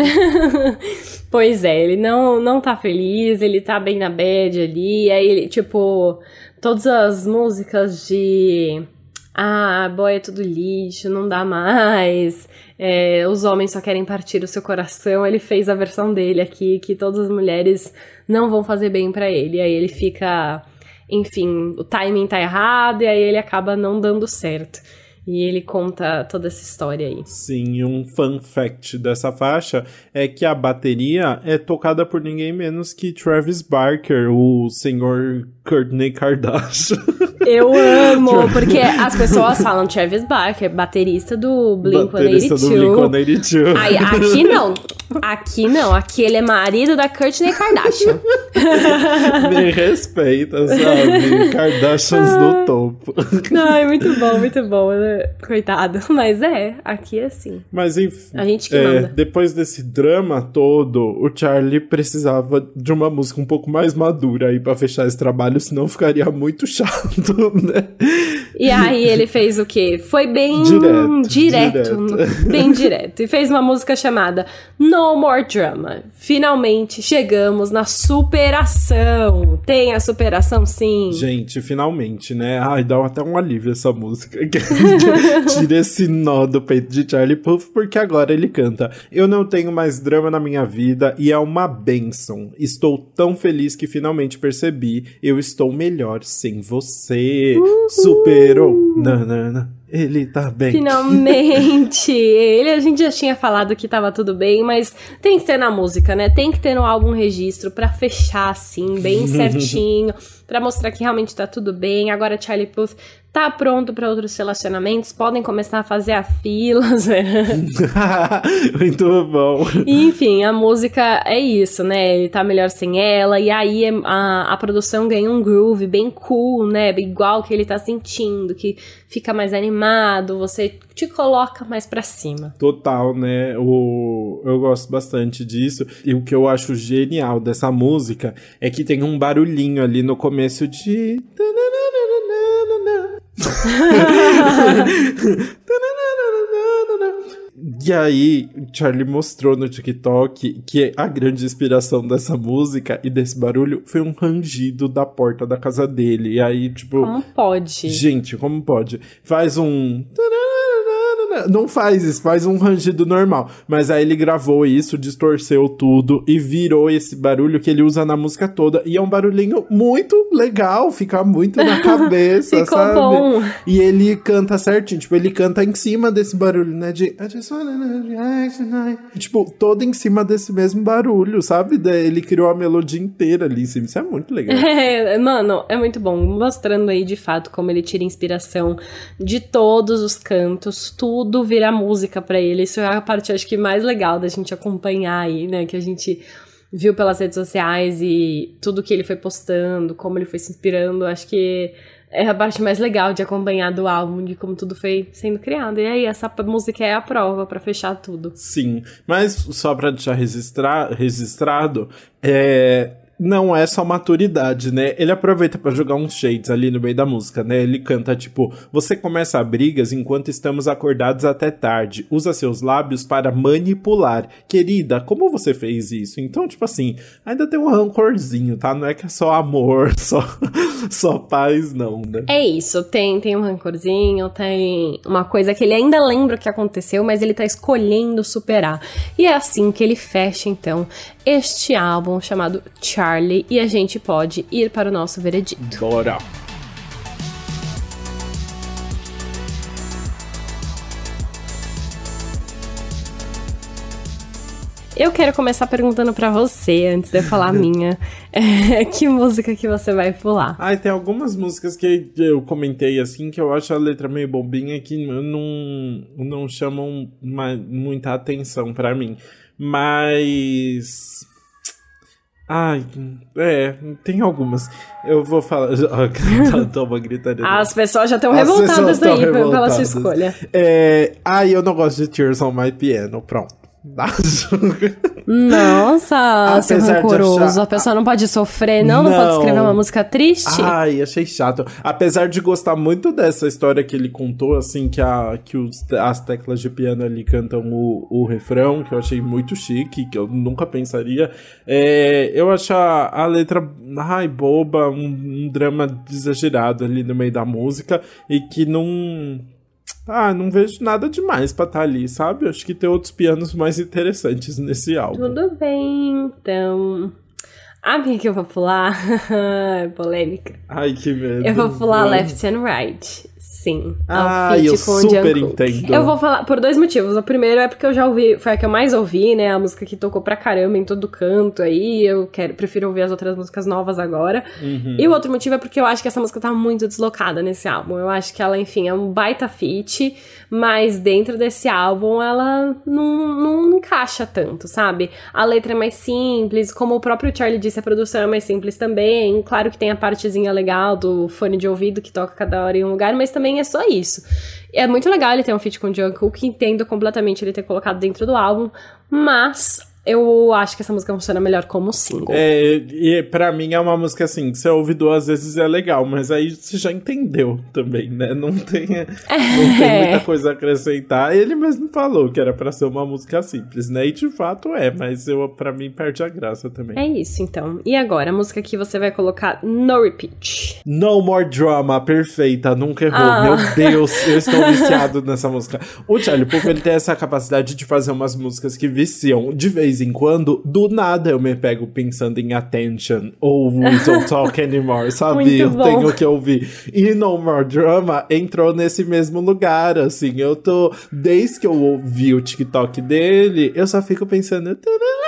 S2: Pois é, ele não tá feliz, ele tá bem na bad ali, aí ele, tipo, todas as músicas de boy, é tudo lixo, não dá mais, os homens só querem partir o seu coração, ele fez a versão dele aqui, que todas as mulheres não vão fazer bem pra ele, aí ele fica, enfim, o timing tá errado, e aí ele acaba não dando certo. E ele conta toda essa história aí.
S1: Sim, um fun fact dessa faixa é que a bateria é tocada por ninguém menos que Travis Barker, o senhor Kourtney Kardashian.
S2: Eu amo, porque as pessoas falam Travis Barker, baterista do Blink-182.
S1: Baterista do Blink-182.
S2: Aí, aqui não, aqui ele é marido da Kourtney Kardashian.
S1: Me respeita, sabe? Kardashians no topo.
S2: Ai, muito bom, né? Coitado. Mas aqui é assim.
S1: Mas enfim,
S2: a gente que manda.
S1: Depois desse drama todo, o Charlie precisava de uma música um pouco mais madura aí pra fechar esse trabalho, senão ficaria muito chato, né?
S2: E aí ele fez o quê? Foi bem direto. Bem direto. E fez uma música chamada No More Drama. Finalmente chegamos na superação. Tem a superação, sim.
S1: Gente, finalmente, né? Ai, dá até um alívio essa música. Tira esse nó do peito de Charlie Puth, porque agora ele canta: eu não tenho mais drama na minha vida e é uma bênção. Estou tão feliz que finalmente percebi, eu estou melhor sem você. Superou. Nanana. Ele tá bem.
S2: Finalmente! A gente já tinha falado que tava tudo bem, mas tem que ter na música, né? Tem que ter no álbum registro pra fechar, assim, bem certinho, pra mostrar que realmente tá tudo bem. Agora Charlie Puth tá pronto pra outros relacionamentos, podem começar a fazer a fila.
S1: Muito bom.
S2: Enfim, a música é isso, né? Ele tá melhor sem ela, e aí a produção ganha um groove bem cool, né? Igual que ele tá sentindo, que fica mais animado, você te coloca mais pra cima.
S1: Total, né? Eu gosto bastante disso. E o que eu acho genial dessa música é que tem um barulhinho ali no começo de... E aí, Charlie mostrou no TikTok que a grande inspiração dessa música e desse barulho foi um rangido da porta da casa dele. E aí, tipo...
S2: Como pode?
S1: Gente, como pode? Faz um... não faz isso, faz um rangido normal. Mas aí ele gravou isso, distorceu tudo e virou esse barulho que ele usa na música toda. E é um barulhinho muito legal, fica muito na cabeça,
S2: Ficou
S1: sabe?
S2: bom.
S1: E ele canta certinho, tipo, ele canta em cima desse barulho, né? De I just wanna react tonight. Tipo, todo em cima desse mesmo barulho, sabe? Ele criou a melodia inteira ali em cima. Isso é muito legal.
S2: Mano, é muito bom. Mostrando aí, de fato, como ele tira inspiração de todos os cantos. Tudo vira música pra ele. Isso é a parte, acho que, mais legal da gente acompanhar aí, né? Que a gente viu pelas redes sociais e tudo que ele foi postando, como ele foi se inspirando. Acho que é a parte mais legal de acompanhar do álbum, de como tudo foi sendo criado. E aí, essa música é a prova pra fechar tudo.
S1: Sim, mas só pra deixar registrado, não é só maturidade, né? Ele aproveita pra jogar uns shades ali no meio da música, né? Ele canta, tipo, você começa brigas enquanto estamos acordados até tarde. Usa seus lábios para manipular. Querida, como você fez isso? Então, tipo assim, ainda tem um rancorzinho, tá? Não é que é só amor, só paz, não, né?
S2: É isso, tem um rancorzinho, tem uma coisa que ele ainda lembra que aconteceu, mas ele tá escolhendo superar. E é assim que ele fecha, então, este álbum chamado Charlie, e a gente pode ir para o nosso veredito.
S1: Bora!
S2: Eu quero começar perguntando pra você, antes de eu falar a minha, que música que você vai pular?
S1: Tem algumas músicas que eu comentei assim, que eu acho a letra meio bobinha, que não chamam muita atenção pra mim. Mas... tem algumas. Eu vou falar... Toma gritaria.
S2: As pessoas já estão revoltadas aí pela sua escolha.
S1: Eu não gosto de Tears on My Piano, pronto.
S2: Nossa, seu rancoroso. A pessoa não pode sofrer, não pode escrever uma música triste.
S1: Achei chato. Apesar de gostar muito dessa história que ele contou, assim, que as teclas de piano ali cantam o refrão, que eu achei muito chique, que eu nunca pensaria. Eu acho a letra boba, um drama exagerado ali no meio da música, e que não vejo nada demais pra estar ali, sabe? Acho que tem outros pianos mais interessantes nesse álbum.
S2: Tudo bem, então... A minha que eu vou pular é polêmica.
S1: Ai, que medo.
S2: Eu vou pular Left and Right. Sim.
S1: Eu super entendo.
S2: Eu vou falar por 2 motivos. O primeiro é porque eu já ouvi, foi a que eu mais ouvi, né? A música que tocou pra caramba em todo canto aí. Prefiro ouvir as outras músicas novas agora. Uhum. E o outro motivo é porque eu acho que essa música tá muito deslocada nesse álbum. Eu acho que ela, enfim, é um baita feat, mas dentro desse álbum ela não encaixa tanto, sabe? A letra é mais simples, como o próprio Charlie disse, a produção é mais simples também. Claro que tem a partezinha legal do fone de ouvido que toca cada hora em um lugar, mas também é só isso. É muito legal ele ter um feat com o Jungkook, entendo completamente ele ter colocado dentro do álbum, mas eu acho que essa música funciona melhor como single.
S1: E pra mim é uma música assim, que você ouve 2 vezes é legal, mas aí você já entendeu também, né? Não tem muita coisa a acrescentar. Ele mesmo falou que era pra ser uma música simples, né? E de fato mas pra mim perde a graça também.
S2: É isso, então. E agora, a música que você vai colocar no repeat.
S1: No More Drama, perfeita, nunca errou. Meu Deus, eu estou viciado nessa música. O Charlie Puth, ele tem essa capacidade de fazer umas músicas que viciam de vez em quando, do nada eu me pego pensando em Attention ou We Don't Talk Anymore, sabe? Eu tenho que ouvir. E No More Drama entrou nesse mesmo lugar, assim. Desde que eu ouvi o TikTok dele, eu só fico pensando...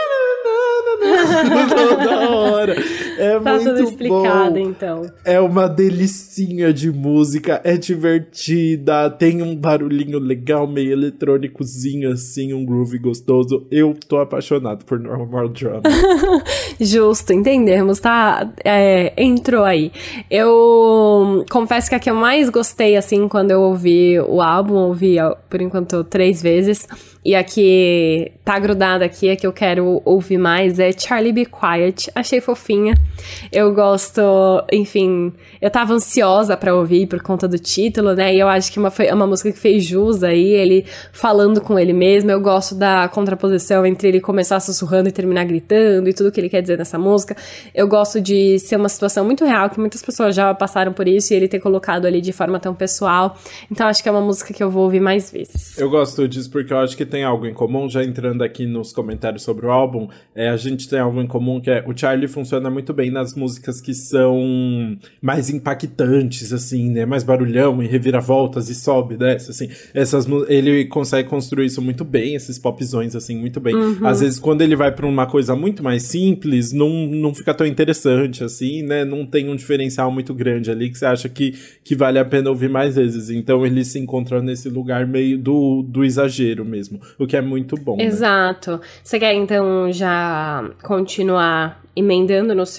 S1: toda hora.
S2: Tá
S1: muito
S2: tudo explicado,
S1: bom.
S2: Então.
S1: É uma delicinha de música, é divertida, tem um barulhinho legal, meio eletrônicozinho assim, um groove gostoso. Eu tô apaixonado por Normal Drama.
S2: Justo, entendemos, tá? Entrou aí. Eu confesso que a que eu mais gostei, assim, quando eu ouvi o álbum, ouvi, por enquanto, 3 vezes, e a que tá grudada aqui, a que eu quero ouvir mais é Charlie Charlie Be Quiet. Achei fofinha. Eu gosto, enfim, eu tava ansiosa pra ouvir por conta do título, né? E eu acho que é uma música que fez jus aí, ele falando com ele mesmo. Eu gosto da contraposição entre ele começar sussurrando e terminar gritando e tudo que ele quer dizer nessa música. Eu gosto de ser uma situação muito real, que muitas pessoas já passaram por isso, e ele ter colocado ali de forma tão pessoal. Então acho que é uma música que eu vou ouvir mais vezes.
S1: Eu gosto disso porque eu acho que tem algo em comum, já entrando aqui nos comentários sobre o álbum, a gente tem algo em comum que é o Charlie funciona muito bem nas músicas que são mais impactantes, assim, né, mais barulhão e reviravoltas e sobe, desce, assim, ele consegue construir isso muito bem, esses popzões, assim, muito bem. Às vezes, quando ele vai pra uma coisa muito mais simples, não fica tão interessante, assim, né, não tem um diferencial muito grande ali que você acha que vale a pena ouvir mais vezes. Então, ele se encontra nesse lugar meio do exagero mesmo, o que é muito bom.
S2: Exato. Né? Você quer, então, já continuar emendando nas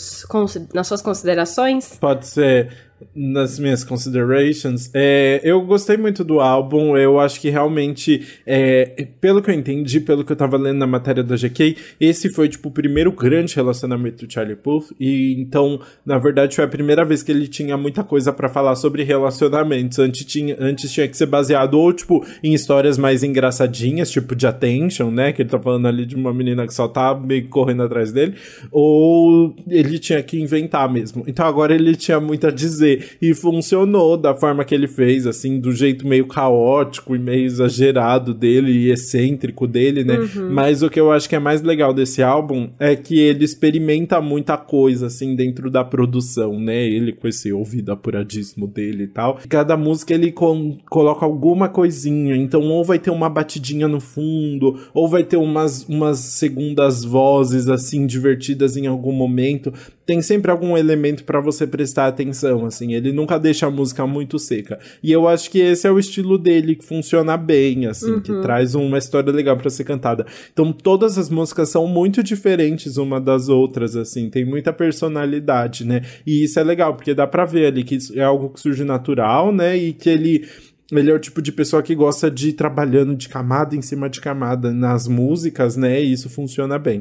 S2: suas considerações?
S1: Pode ser. Nas minhas considerations, eu gostei muito do álbum. Eu acho que realmente, pelo que eu entendi, pelo que eu tava lendo na matéria da GK, esse foi, tipo, o primeiro grande relacionamento do Charlie Puth, e então, na verdade, foi a primeira vez que ele tinha muita coisa pra falar sobre relacionamentos. Antes tinha que ser baseado ou, tipo, em histórias mais engraçadinhas, tipo de Attention, né, que ele tá falando ali de uma menina que só tá meio correndo atrás dele, ou ele tinha que inventar mesmo. Então agora ele tinha muito a dizer, e funcionou da forma que ele fez, assim, do jeito meio caótico e meio exagerado dele e excêntrico dele, né? Mas o que eu acho que é mais legal desse álbum é que ele experimenta muita coisa, assim, dentro da produção, né? Ele com esse ouvido apuradíssimo dele e tal. Cada música ele coloca alguma coisinha, então ou vai ter uma batidinha no fundo, ou vai ter umas segundas vozes, assim, divertidas em algum momento. Tem sempre algum elemento pra você prestar atenção, assim, ele nunca deixa a música muito seca. E eu acho que esse é o estilo dele, que funciona bem, assim, que traz uma história legal pra ser cantada. Então, todas as músicas são muito diferentes uma das outras, assim, tem muita personalidade, né? E isso é legal, porque dá pra ver ali que é algo que surge natural, né? E que ele é o tipo de pessoa que gosta de ir trabalhando de camada em cima de camada nas músicas, né, e isso funciona bem.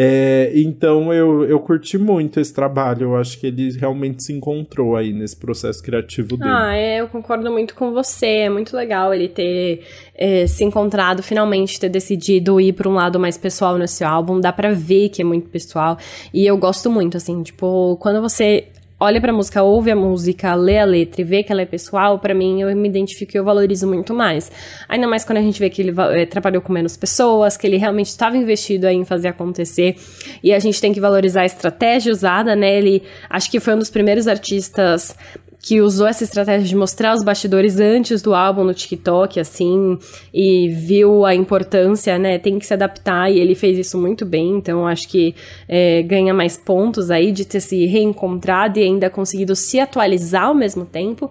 S1: Então eu curti muito esse trabalho, eu acho que ele realmente se encontrou aí nesse processo criativo dele.
S2: Eu concordo muito com você, é muito legal ele ter se encontrado, finalmente ter decidido ir pra um lado mais pessoal nesse álbum, dá pra ver que é muito pessoal, e eu gosto muito, assim, tipo, quando você olha pra música, ouve a música, lê a letra e vê que ela é pessoal, pra mim, eu me identifico e eu valorizo muito mais. Ainda mais quando a gente vê que ele trabalhou com menos pessoas, que ele realmente estava investido aí em fazer acontecer, e a gente tem que valorizar a estratégia usada, né? Ele, acho que foi um dos primeiros artistas que usou essa estratégia de mostrar os bastidores antes do álbum no TikTok, assim, e viu a importância, né, tem que se adaptar, e ele fez isso muito bem, então acho que ganha mais pontos aí de ter se reencontrado e ainda conseguido se atualizar ao mesmo tempo.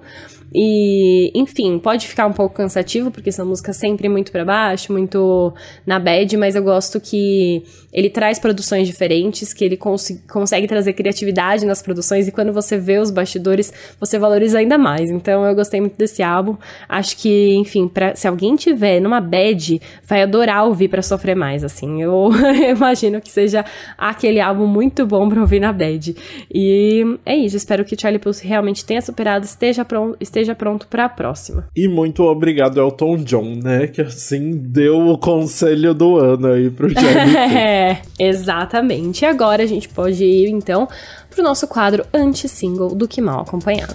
S2: E, enfim, pode ficar um pouco cansativo, porque essa música é sempre muito pra baixo, muito na bad, mas eu gosto que ele traz produções diferentes, que ele consegue trazer criatividade nas produções, e quando você vê os bastidores, você valoriza ainda mais. Então eu gostei muito desse álbum, acho que, enfim, se alguém tiver numa bad, vai adorar ouvir pra sofrer mais, assim. Eu imagino que seja aquele álbum muito bom pra ouvir na bad. E é isso, espero que Charlie Puth realmente tenha superado, esteja pronto pra próxima.
S1: E muito obrigado Elton John, né, que assim deu o conselho do ano aí pro Charlie.
S2: Exatamente. E agora a gente pode ir, então, pro nosso quadro anti-single do Que Mal Acompanhado.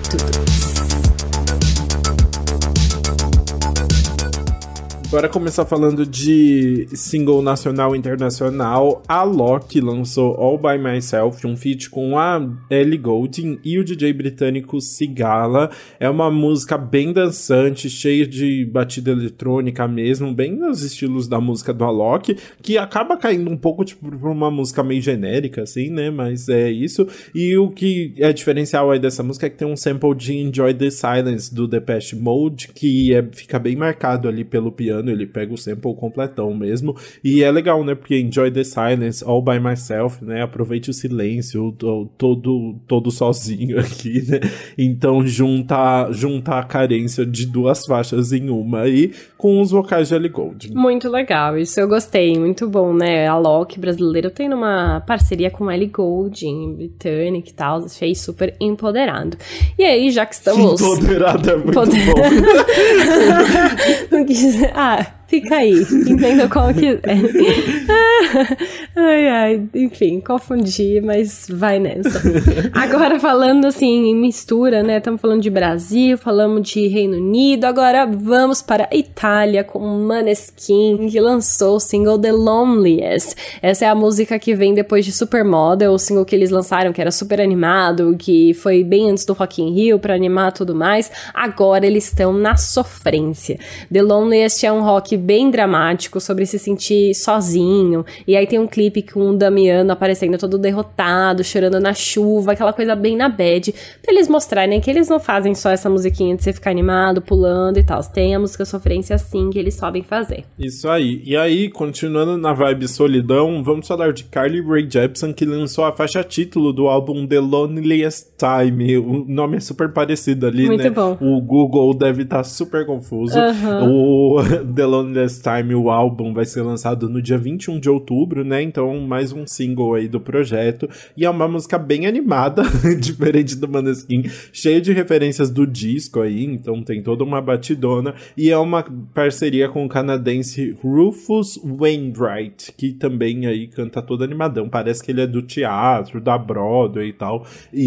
S1: Bora começar falando de single nacional e internacional. A Loki lançou All By Myself, um feat com a Ellie Goulding e o DJ britânico Sigala. É uma música bem dançante, cheia de batida eletrônica mesmo, bem nos estilos da música do Alok, que acaba caindo um pouco tipo por uma música meio genérica, assim, né? Mas é isso. E o que é diferencial aí dessa música é que tem um sample de Enjoy the Silence do Depeche Mode, que fica bem marcado ali pelo piano piano, ele pega o sample completão mesmo, e é legal, né, porque Enjoy the Silence, All by Myself, né, aproveite o silêncio, todo sozinho aqui, né, então junta a carência de duas faixas em uma aí, com os vocais de Ellie Goulding.
S2: Muito legal, isso eu gostei, muito bom, né, a Loki brasileiro tem uma parceria com Ellie Goulding, britânica e tal, achei super empoderado. E aí, já que estamos...
S1: Empoderado é muito bom.
S2: Não quis... Fica aí, entenda como quiser. Enfim, confundi, mas vai nessa. Agora falando assim, em mistura, né, estamos falando de Brasil, falamos de Reino Unido, agora vamos para a Itália com Maneskin, que lançou o single The Loneliest. Essa é a música que vem depois de Supermodel, o single que eles lançaram, que era super animado, que foi bem antes do Rock in Rio, pra animar tudo mais. Agora eles estão na sofrência. The Loneliest é um rock bem dramático, sobre se sentir sozinho, e aí tem um clipe com o Damiano aparecendo todo derrotado, chorando na chuva, aquela coisa bem na bad, pra eles mostrarem que eles não fazem só essa musiquinha de você ficar animado, pulando e tal, tem a música sofrência assim que eles sabem fazer.
S1: Isso aí, e aí, continuando na vibe solidão, vamos falar de Carly Rae Jepsen, que lançou a faixa título do álbum The Loneliest Time, o nome é super parecido ali,
S2: muito
S1: né?
S2: Bom.
S1: O Google deve estar super confuso. O The Loneliest Time, o álbum, vai ser lançado no dia 21 de outubro, né? Então, mais um single aí do projeto. E é uma música bem animada, diferente do Maneskin, cheio de referências do disco aí, então tem toda uma batidona. E é uma parceria com o canadense Rufus Wainwright, que também aí canta todo animadão. Parece que ele é do teatro, da Broadway e tal,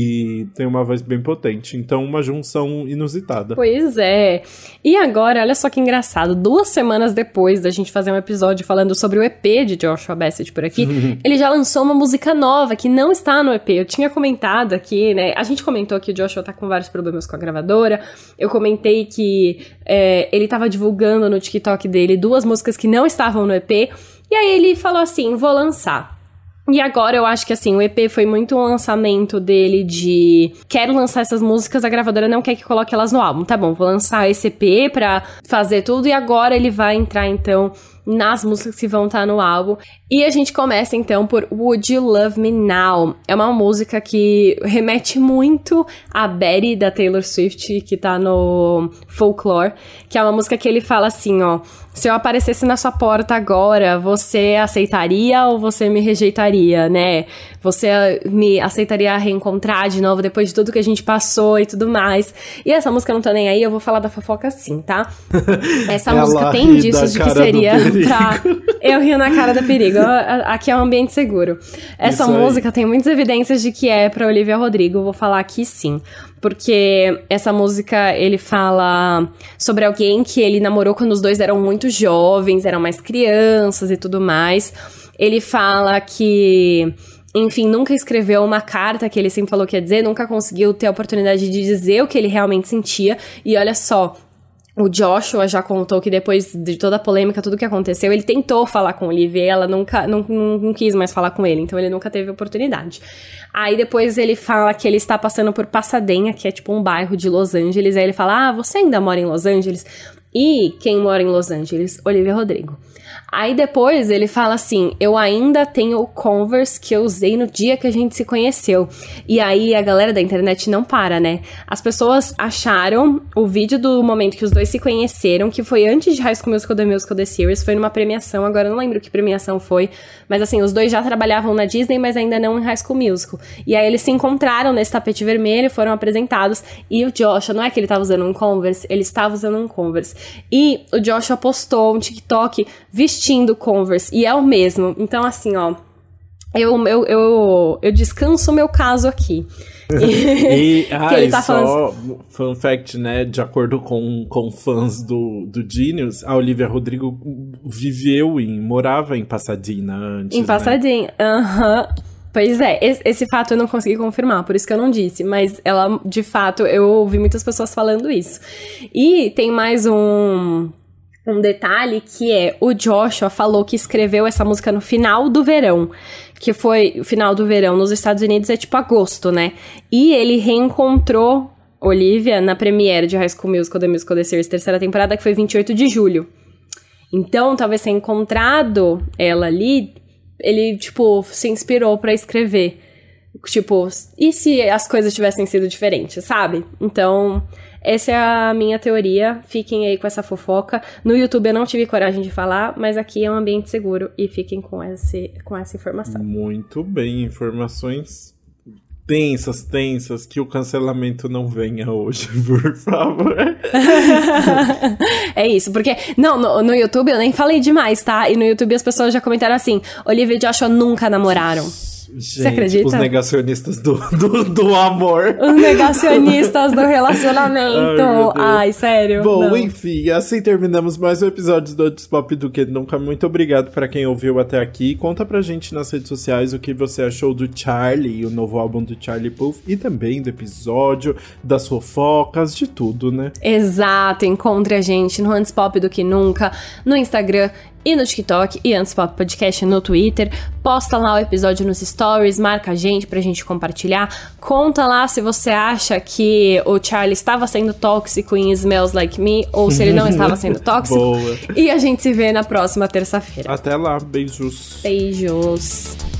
S1: e tem uma voz bem potente. Então, uma junção inusitada.
S2: Pois é. E agora, olha só que engraçado, 2 semanas depois da gente fazer um episódio falando sobre o EP de Joshua Bassett por aqui, ele já lançou uma música nova que não está no EP. Eu tinha comentado aqui, né? A gente comentou que o Joshua tá com vários problemas com a gravadora. Eu comentei que ele tava divulgando no TikTok dele 2 músicas que não estavam no EP. E aí ele falou assim, vou lançar. E agora eu acho que assim, o EP foi muito um lançamento dele de quero lançar essas músicas, a gravadora não quer que coloque elas no álbum. Tá bom, vou lançar esse EP pra fazer tudo e agora ele vai entrar então nas músicas que vão estar no álbum. E a gente começa então por Would You Love Me Now? É uma música que remete muito a Betty da Taylor Swift, que tá no Folklore, que é uma música que ele fala assim, ó: se eu aparecesse na sua porta agora, você aceitaria ou você me rejeitaria, né? Você me aceitaria reencontrar de novo depois de tudo que a gente passou e tudo mais. E essa música Não Tô Nem Aí, eu vou falar da fofoca sim, tá? Essa música tem indícios de que seria pra... Eu rio na cara do perigo. Aqui é um ambiente seguro. Essa música tem muitas evidências de que é pra Olivia Rodrigo. Eu vou falar aqui sim. Porque essa música, ele fala sobre alguém que ele namorou quando os dois eram muito jovens, eram mais crianças e tudo mais. Ele fala que, enfim, nunca escreveu uma carta que ele sempre falou que ia dizer, nunca conseguiu ter a oportunidade de dizer o que ele realmente sentia. E olha só, o Joshua já contou que depois de toda a polêmica, tudo que aconteceu, ele tentou falar com a Olivia e ela não quis mais falar com ele, então ele nunca teve oportunidade. Aí depois ele fala que ele está passando por Pasadena, que é tipo um bairro de Los Angeles, aí ele fala, você ainda mora em Los Angeles? E quem mora em Los Angeles? Olivia Rodrigo. Aí depois ele fala assim, eu ainda tenho o Converse que eu usei no dia que a gente se conheceu. E aí a galera da internet não para, né? As pessoas acharam o vídeo do momento que os dois se conheceram, que foi antes de High School Musical, The Musical, The Series, foi numa premiação, agora eu não lembro que premiação foi, mas assim, os dois já trabalhavam na Disney, mas ainda não em High School Musical. E aí eles se encontraram nesse tapete vermelho, foram apresentados, e o Joshua, não é que ele tava usando um Converse, ele estava usando um Converse. E o Joshua postou um TikTok vestindo Converse, e é o mesmo. Então, assim, ó, eu descanso o meu caso aqui.
S1: E
S2: ele tá
S1: só fun fact, né, de acordo com fãs do Genius, a Olivia Rodrigo morava em Pasadena antes,
S2: em Pasadena,
S1: né?
S2: Pois é, esse fato eu não consegui confirmar, por isso que eu não disse, mas ela, de fato, eu ouvi muitas pessoas falando isso. E tem mais um detalhe que é, o Joshua falou que escreveu essa música no final do verão, que foi o final do verão nos Estados Unidos, é tipo agosto, né? E ele reencontrou Olivia na premiere de High School Musical, The Musical, The Series, terceira temporada, que foi 28 de julho. Então, talvez ter encontrado ela ali, ele, tipo, se inspirou pra escrever. Tipo, e se as coisas tivessem sido diferentes, sabe? Então, essa é a minha teoria. Fiquem aí com essa fofoca. No YouTube eu não tive coragem de falar, mas aqui é um ambiente seguro e fiquem com essa informação.
S1: Muito bem, informações tensas, que o cancelamento não venha hoje, por favor.
S2: É isso, porque... Não, no YouTube eu nem falei demais, tá? E no YouTube as pessoas já comentaram assim, Olivia e Joshua nunca namoraram.
S1: Gente,
S2: você acredita?
S1: Os negacionistas do amor.
S2: Os negacionistas do relacionamento. Ai, sério.
S1: Bom,
S2: não.
S1: Enfim, assim terminamos mais um episódio do Antes Pop do que Nunca. Muito obrigado pra quem ouviu até aqui. Conta pra gente nas redes sociais o que você achou do Charlie, o novo álbum do Charlie Puth, e também do episódio, das fofocas, de tudo, né?
S2: Exato, encontre a gente no Antes Pop do que Nunca, no Instagram e no TikTok, e Antes Pop Podcast no Twitter. Posta lá o episódio nos stories, marca a gente pra gente compartilhar. Conta lá se você acha que o Charlie estava sendo tóxico em Smells Like Me, ou se ele não estava sendo tóxico.
S1: Boa.
S2: E a gente se vê na próxima terça-feira.
S1: Até lá, beijos.
S2: Beijos.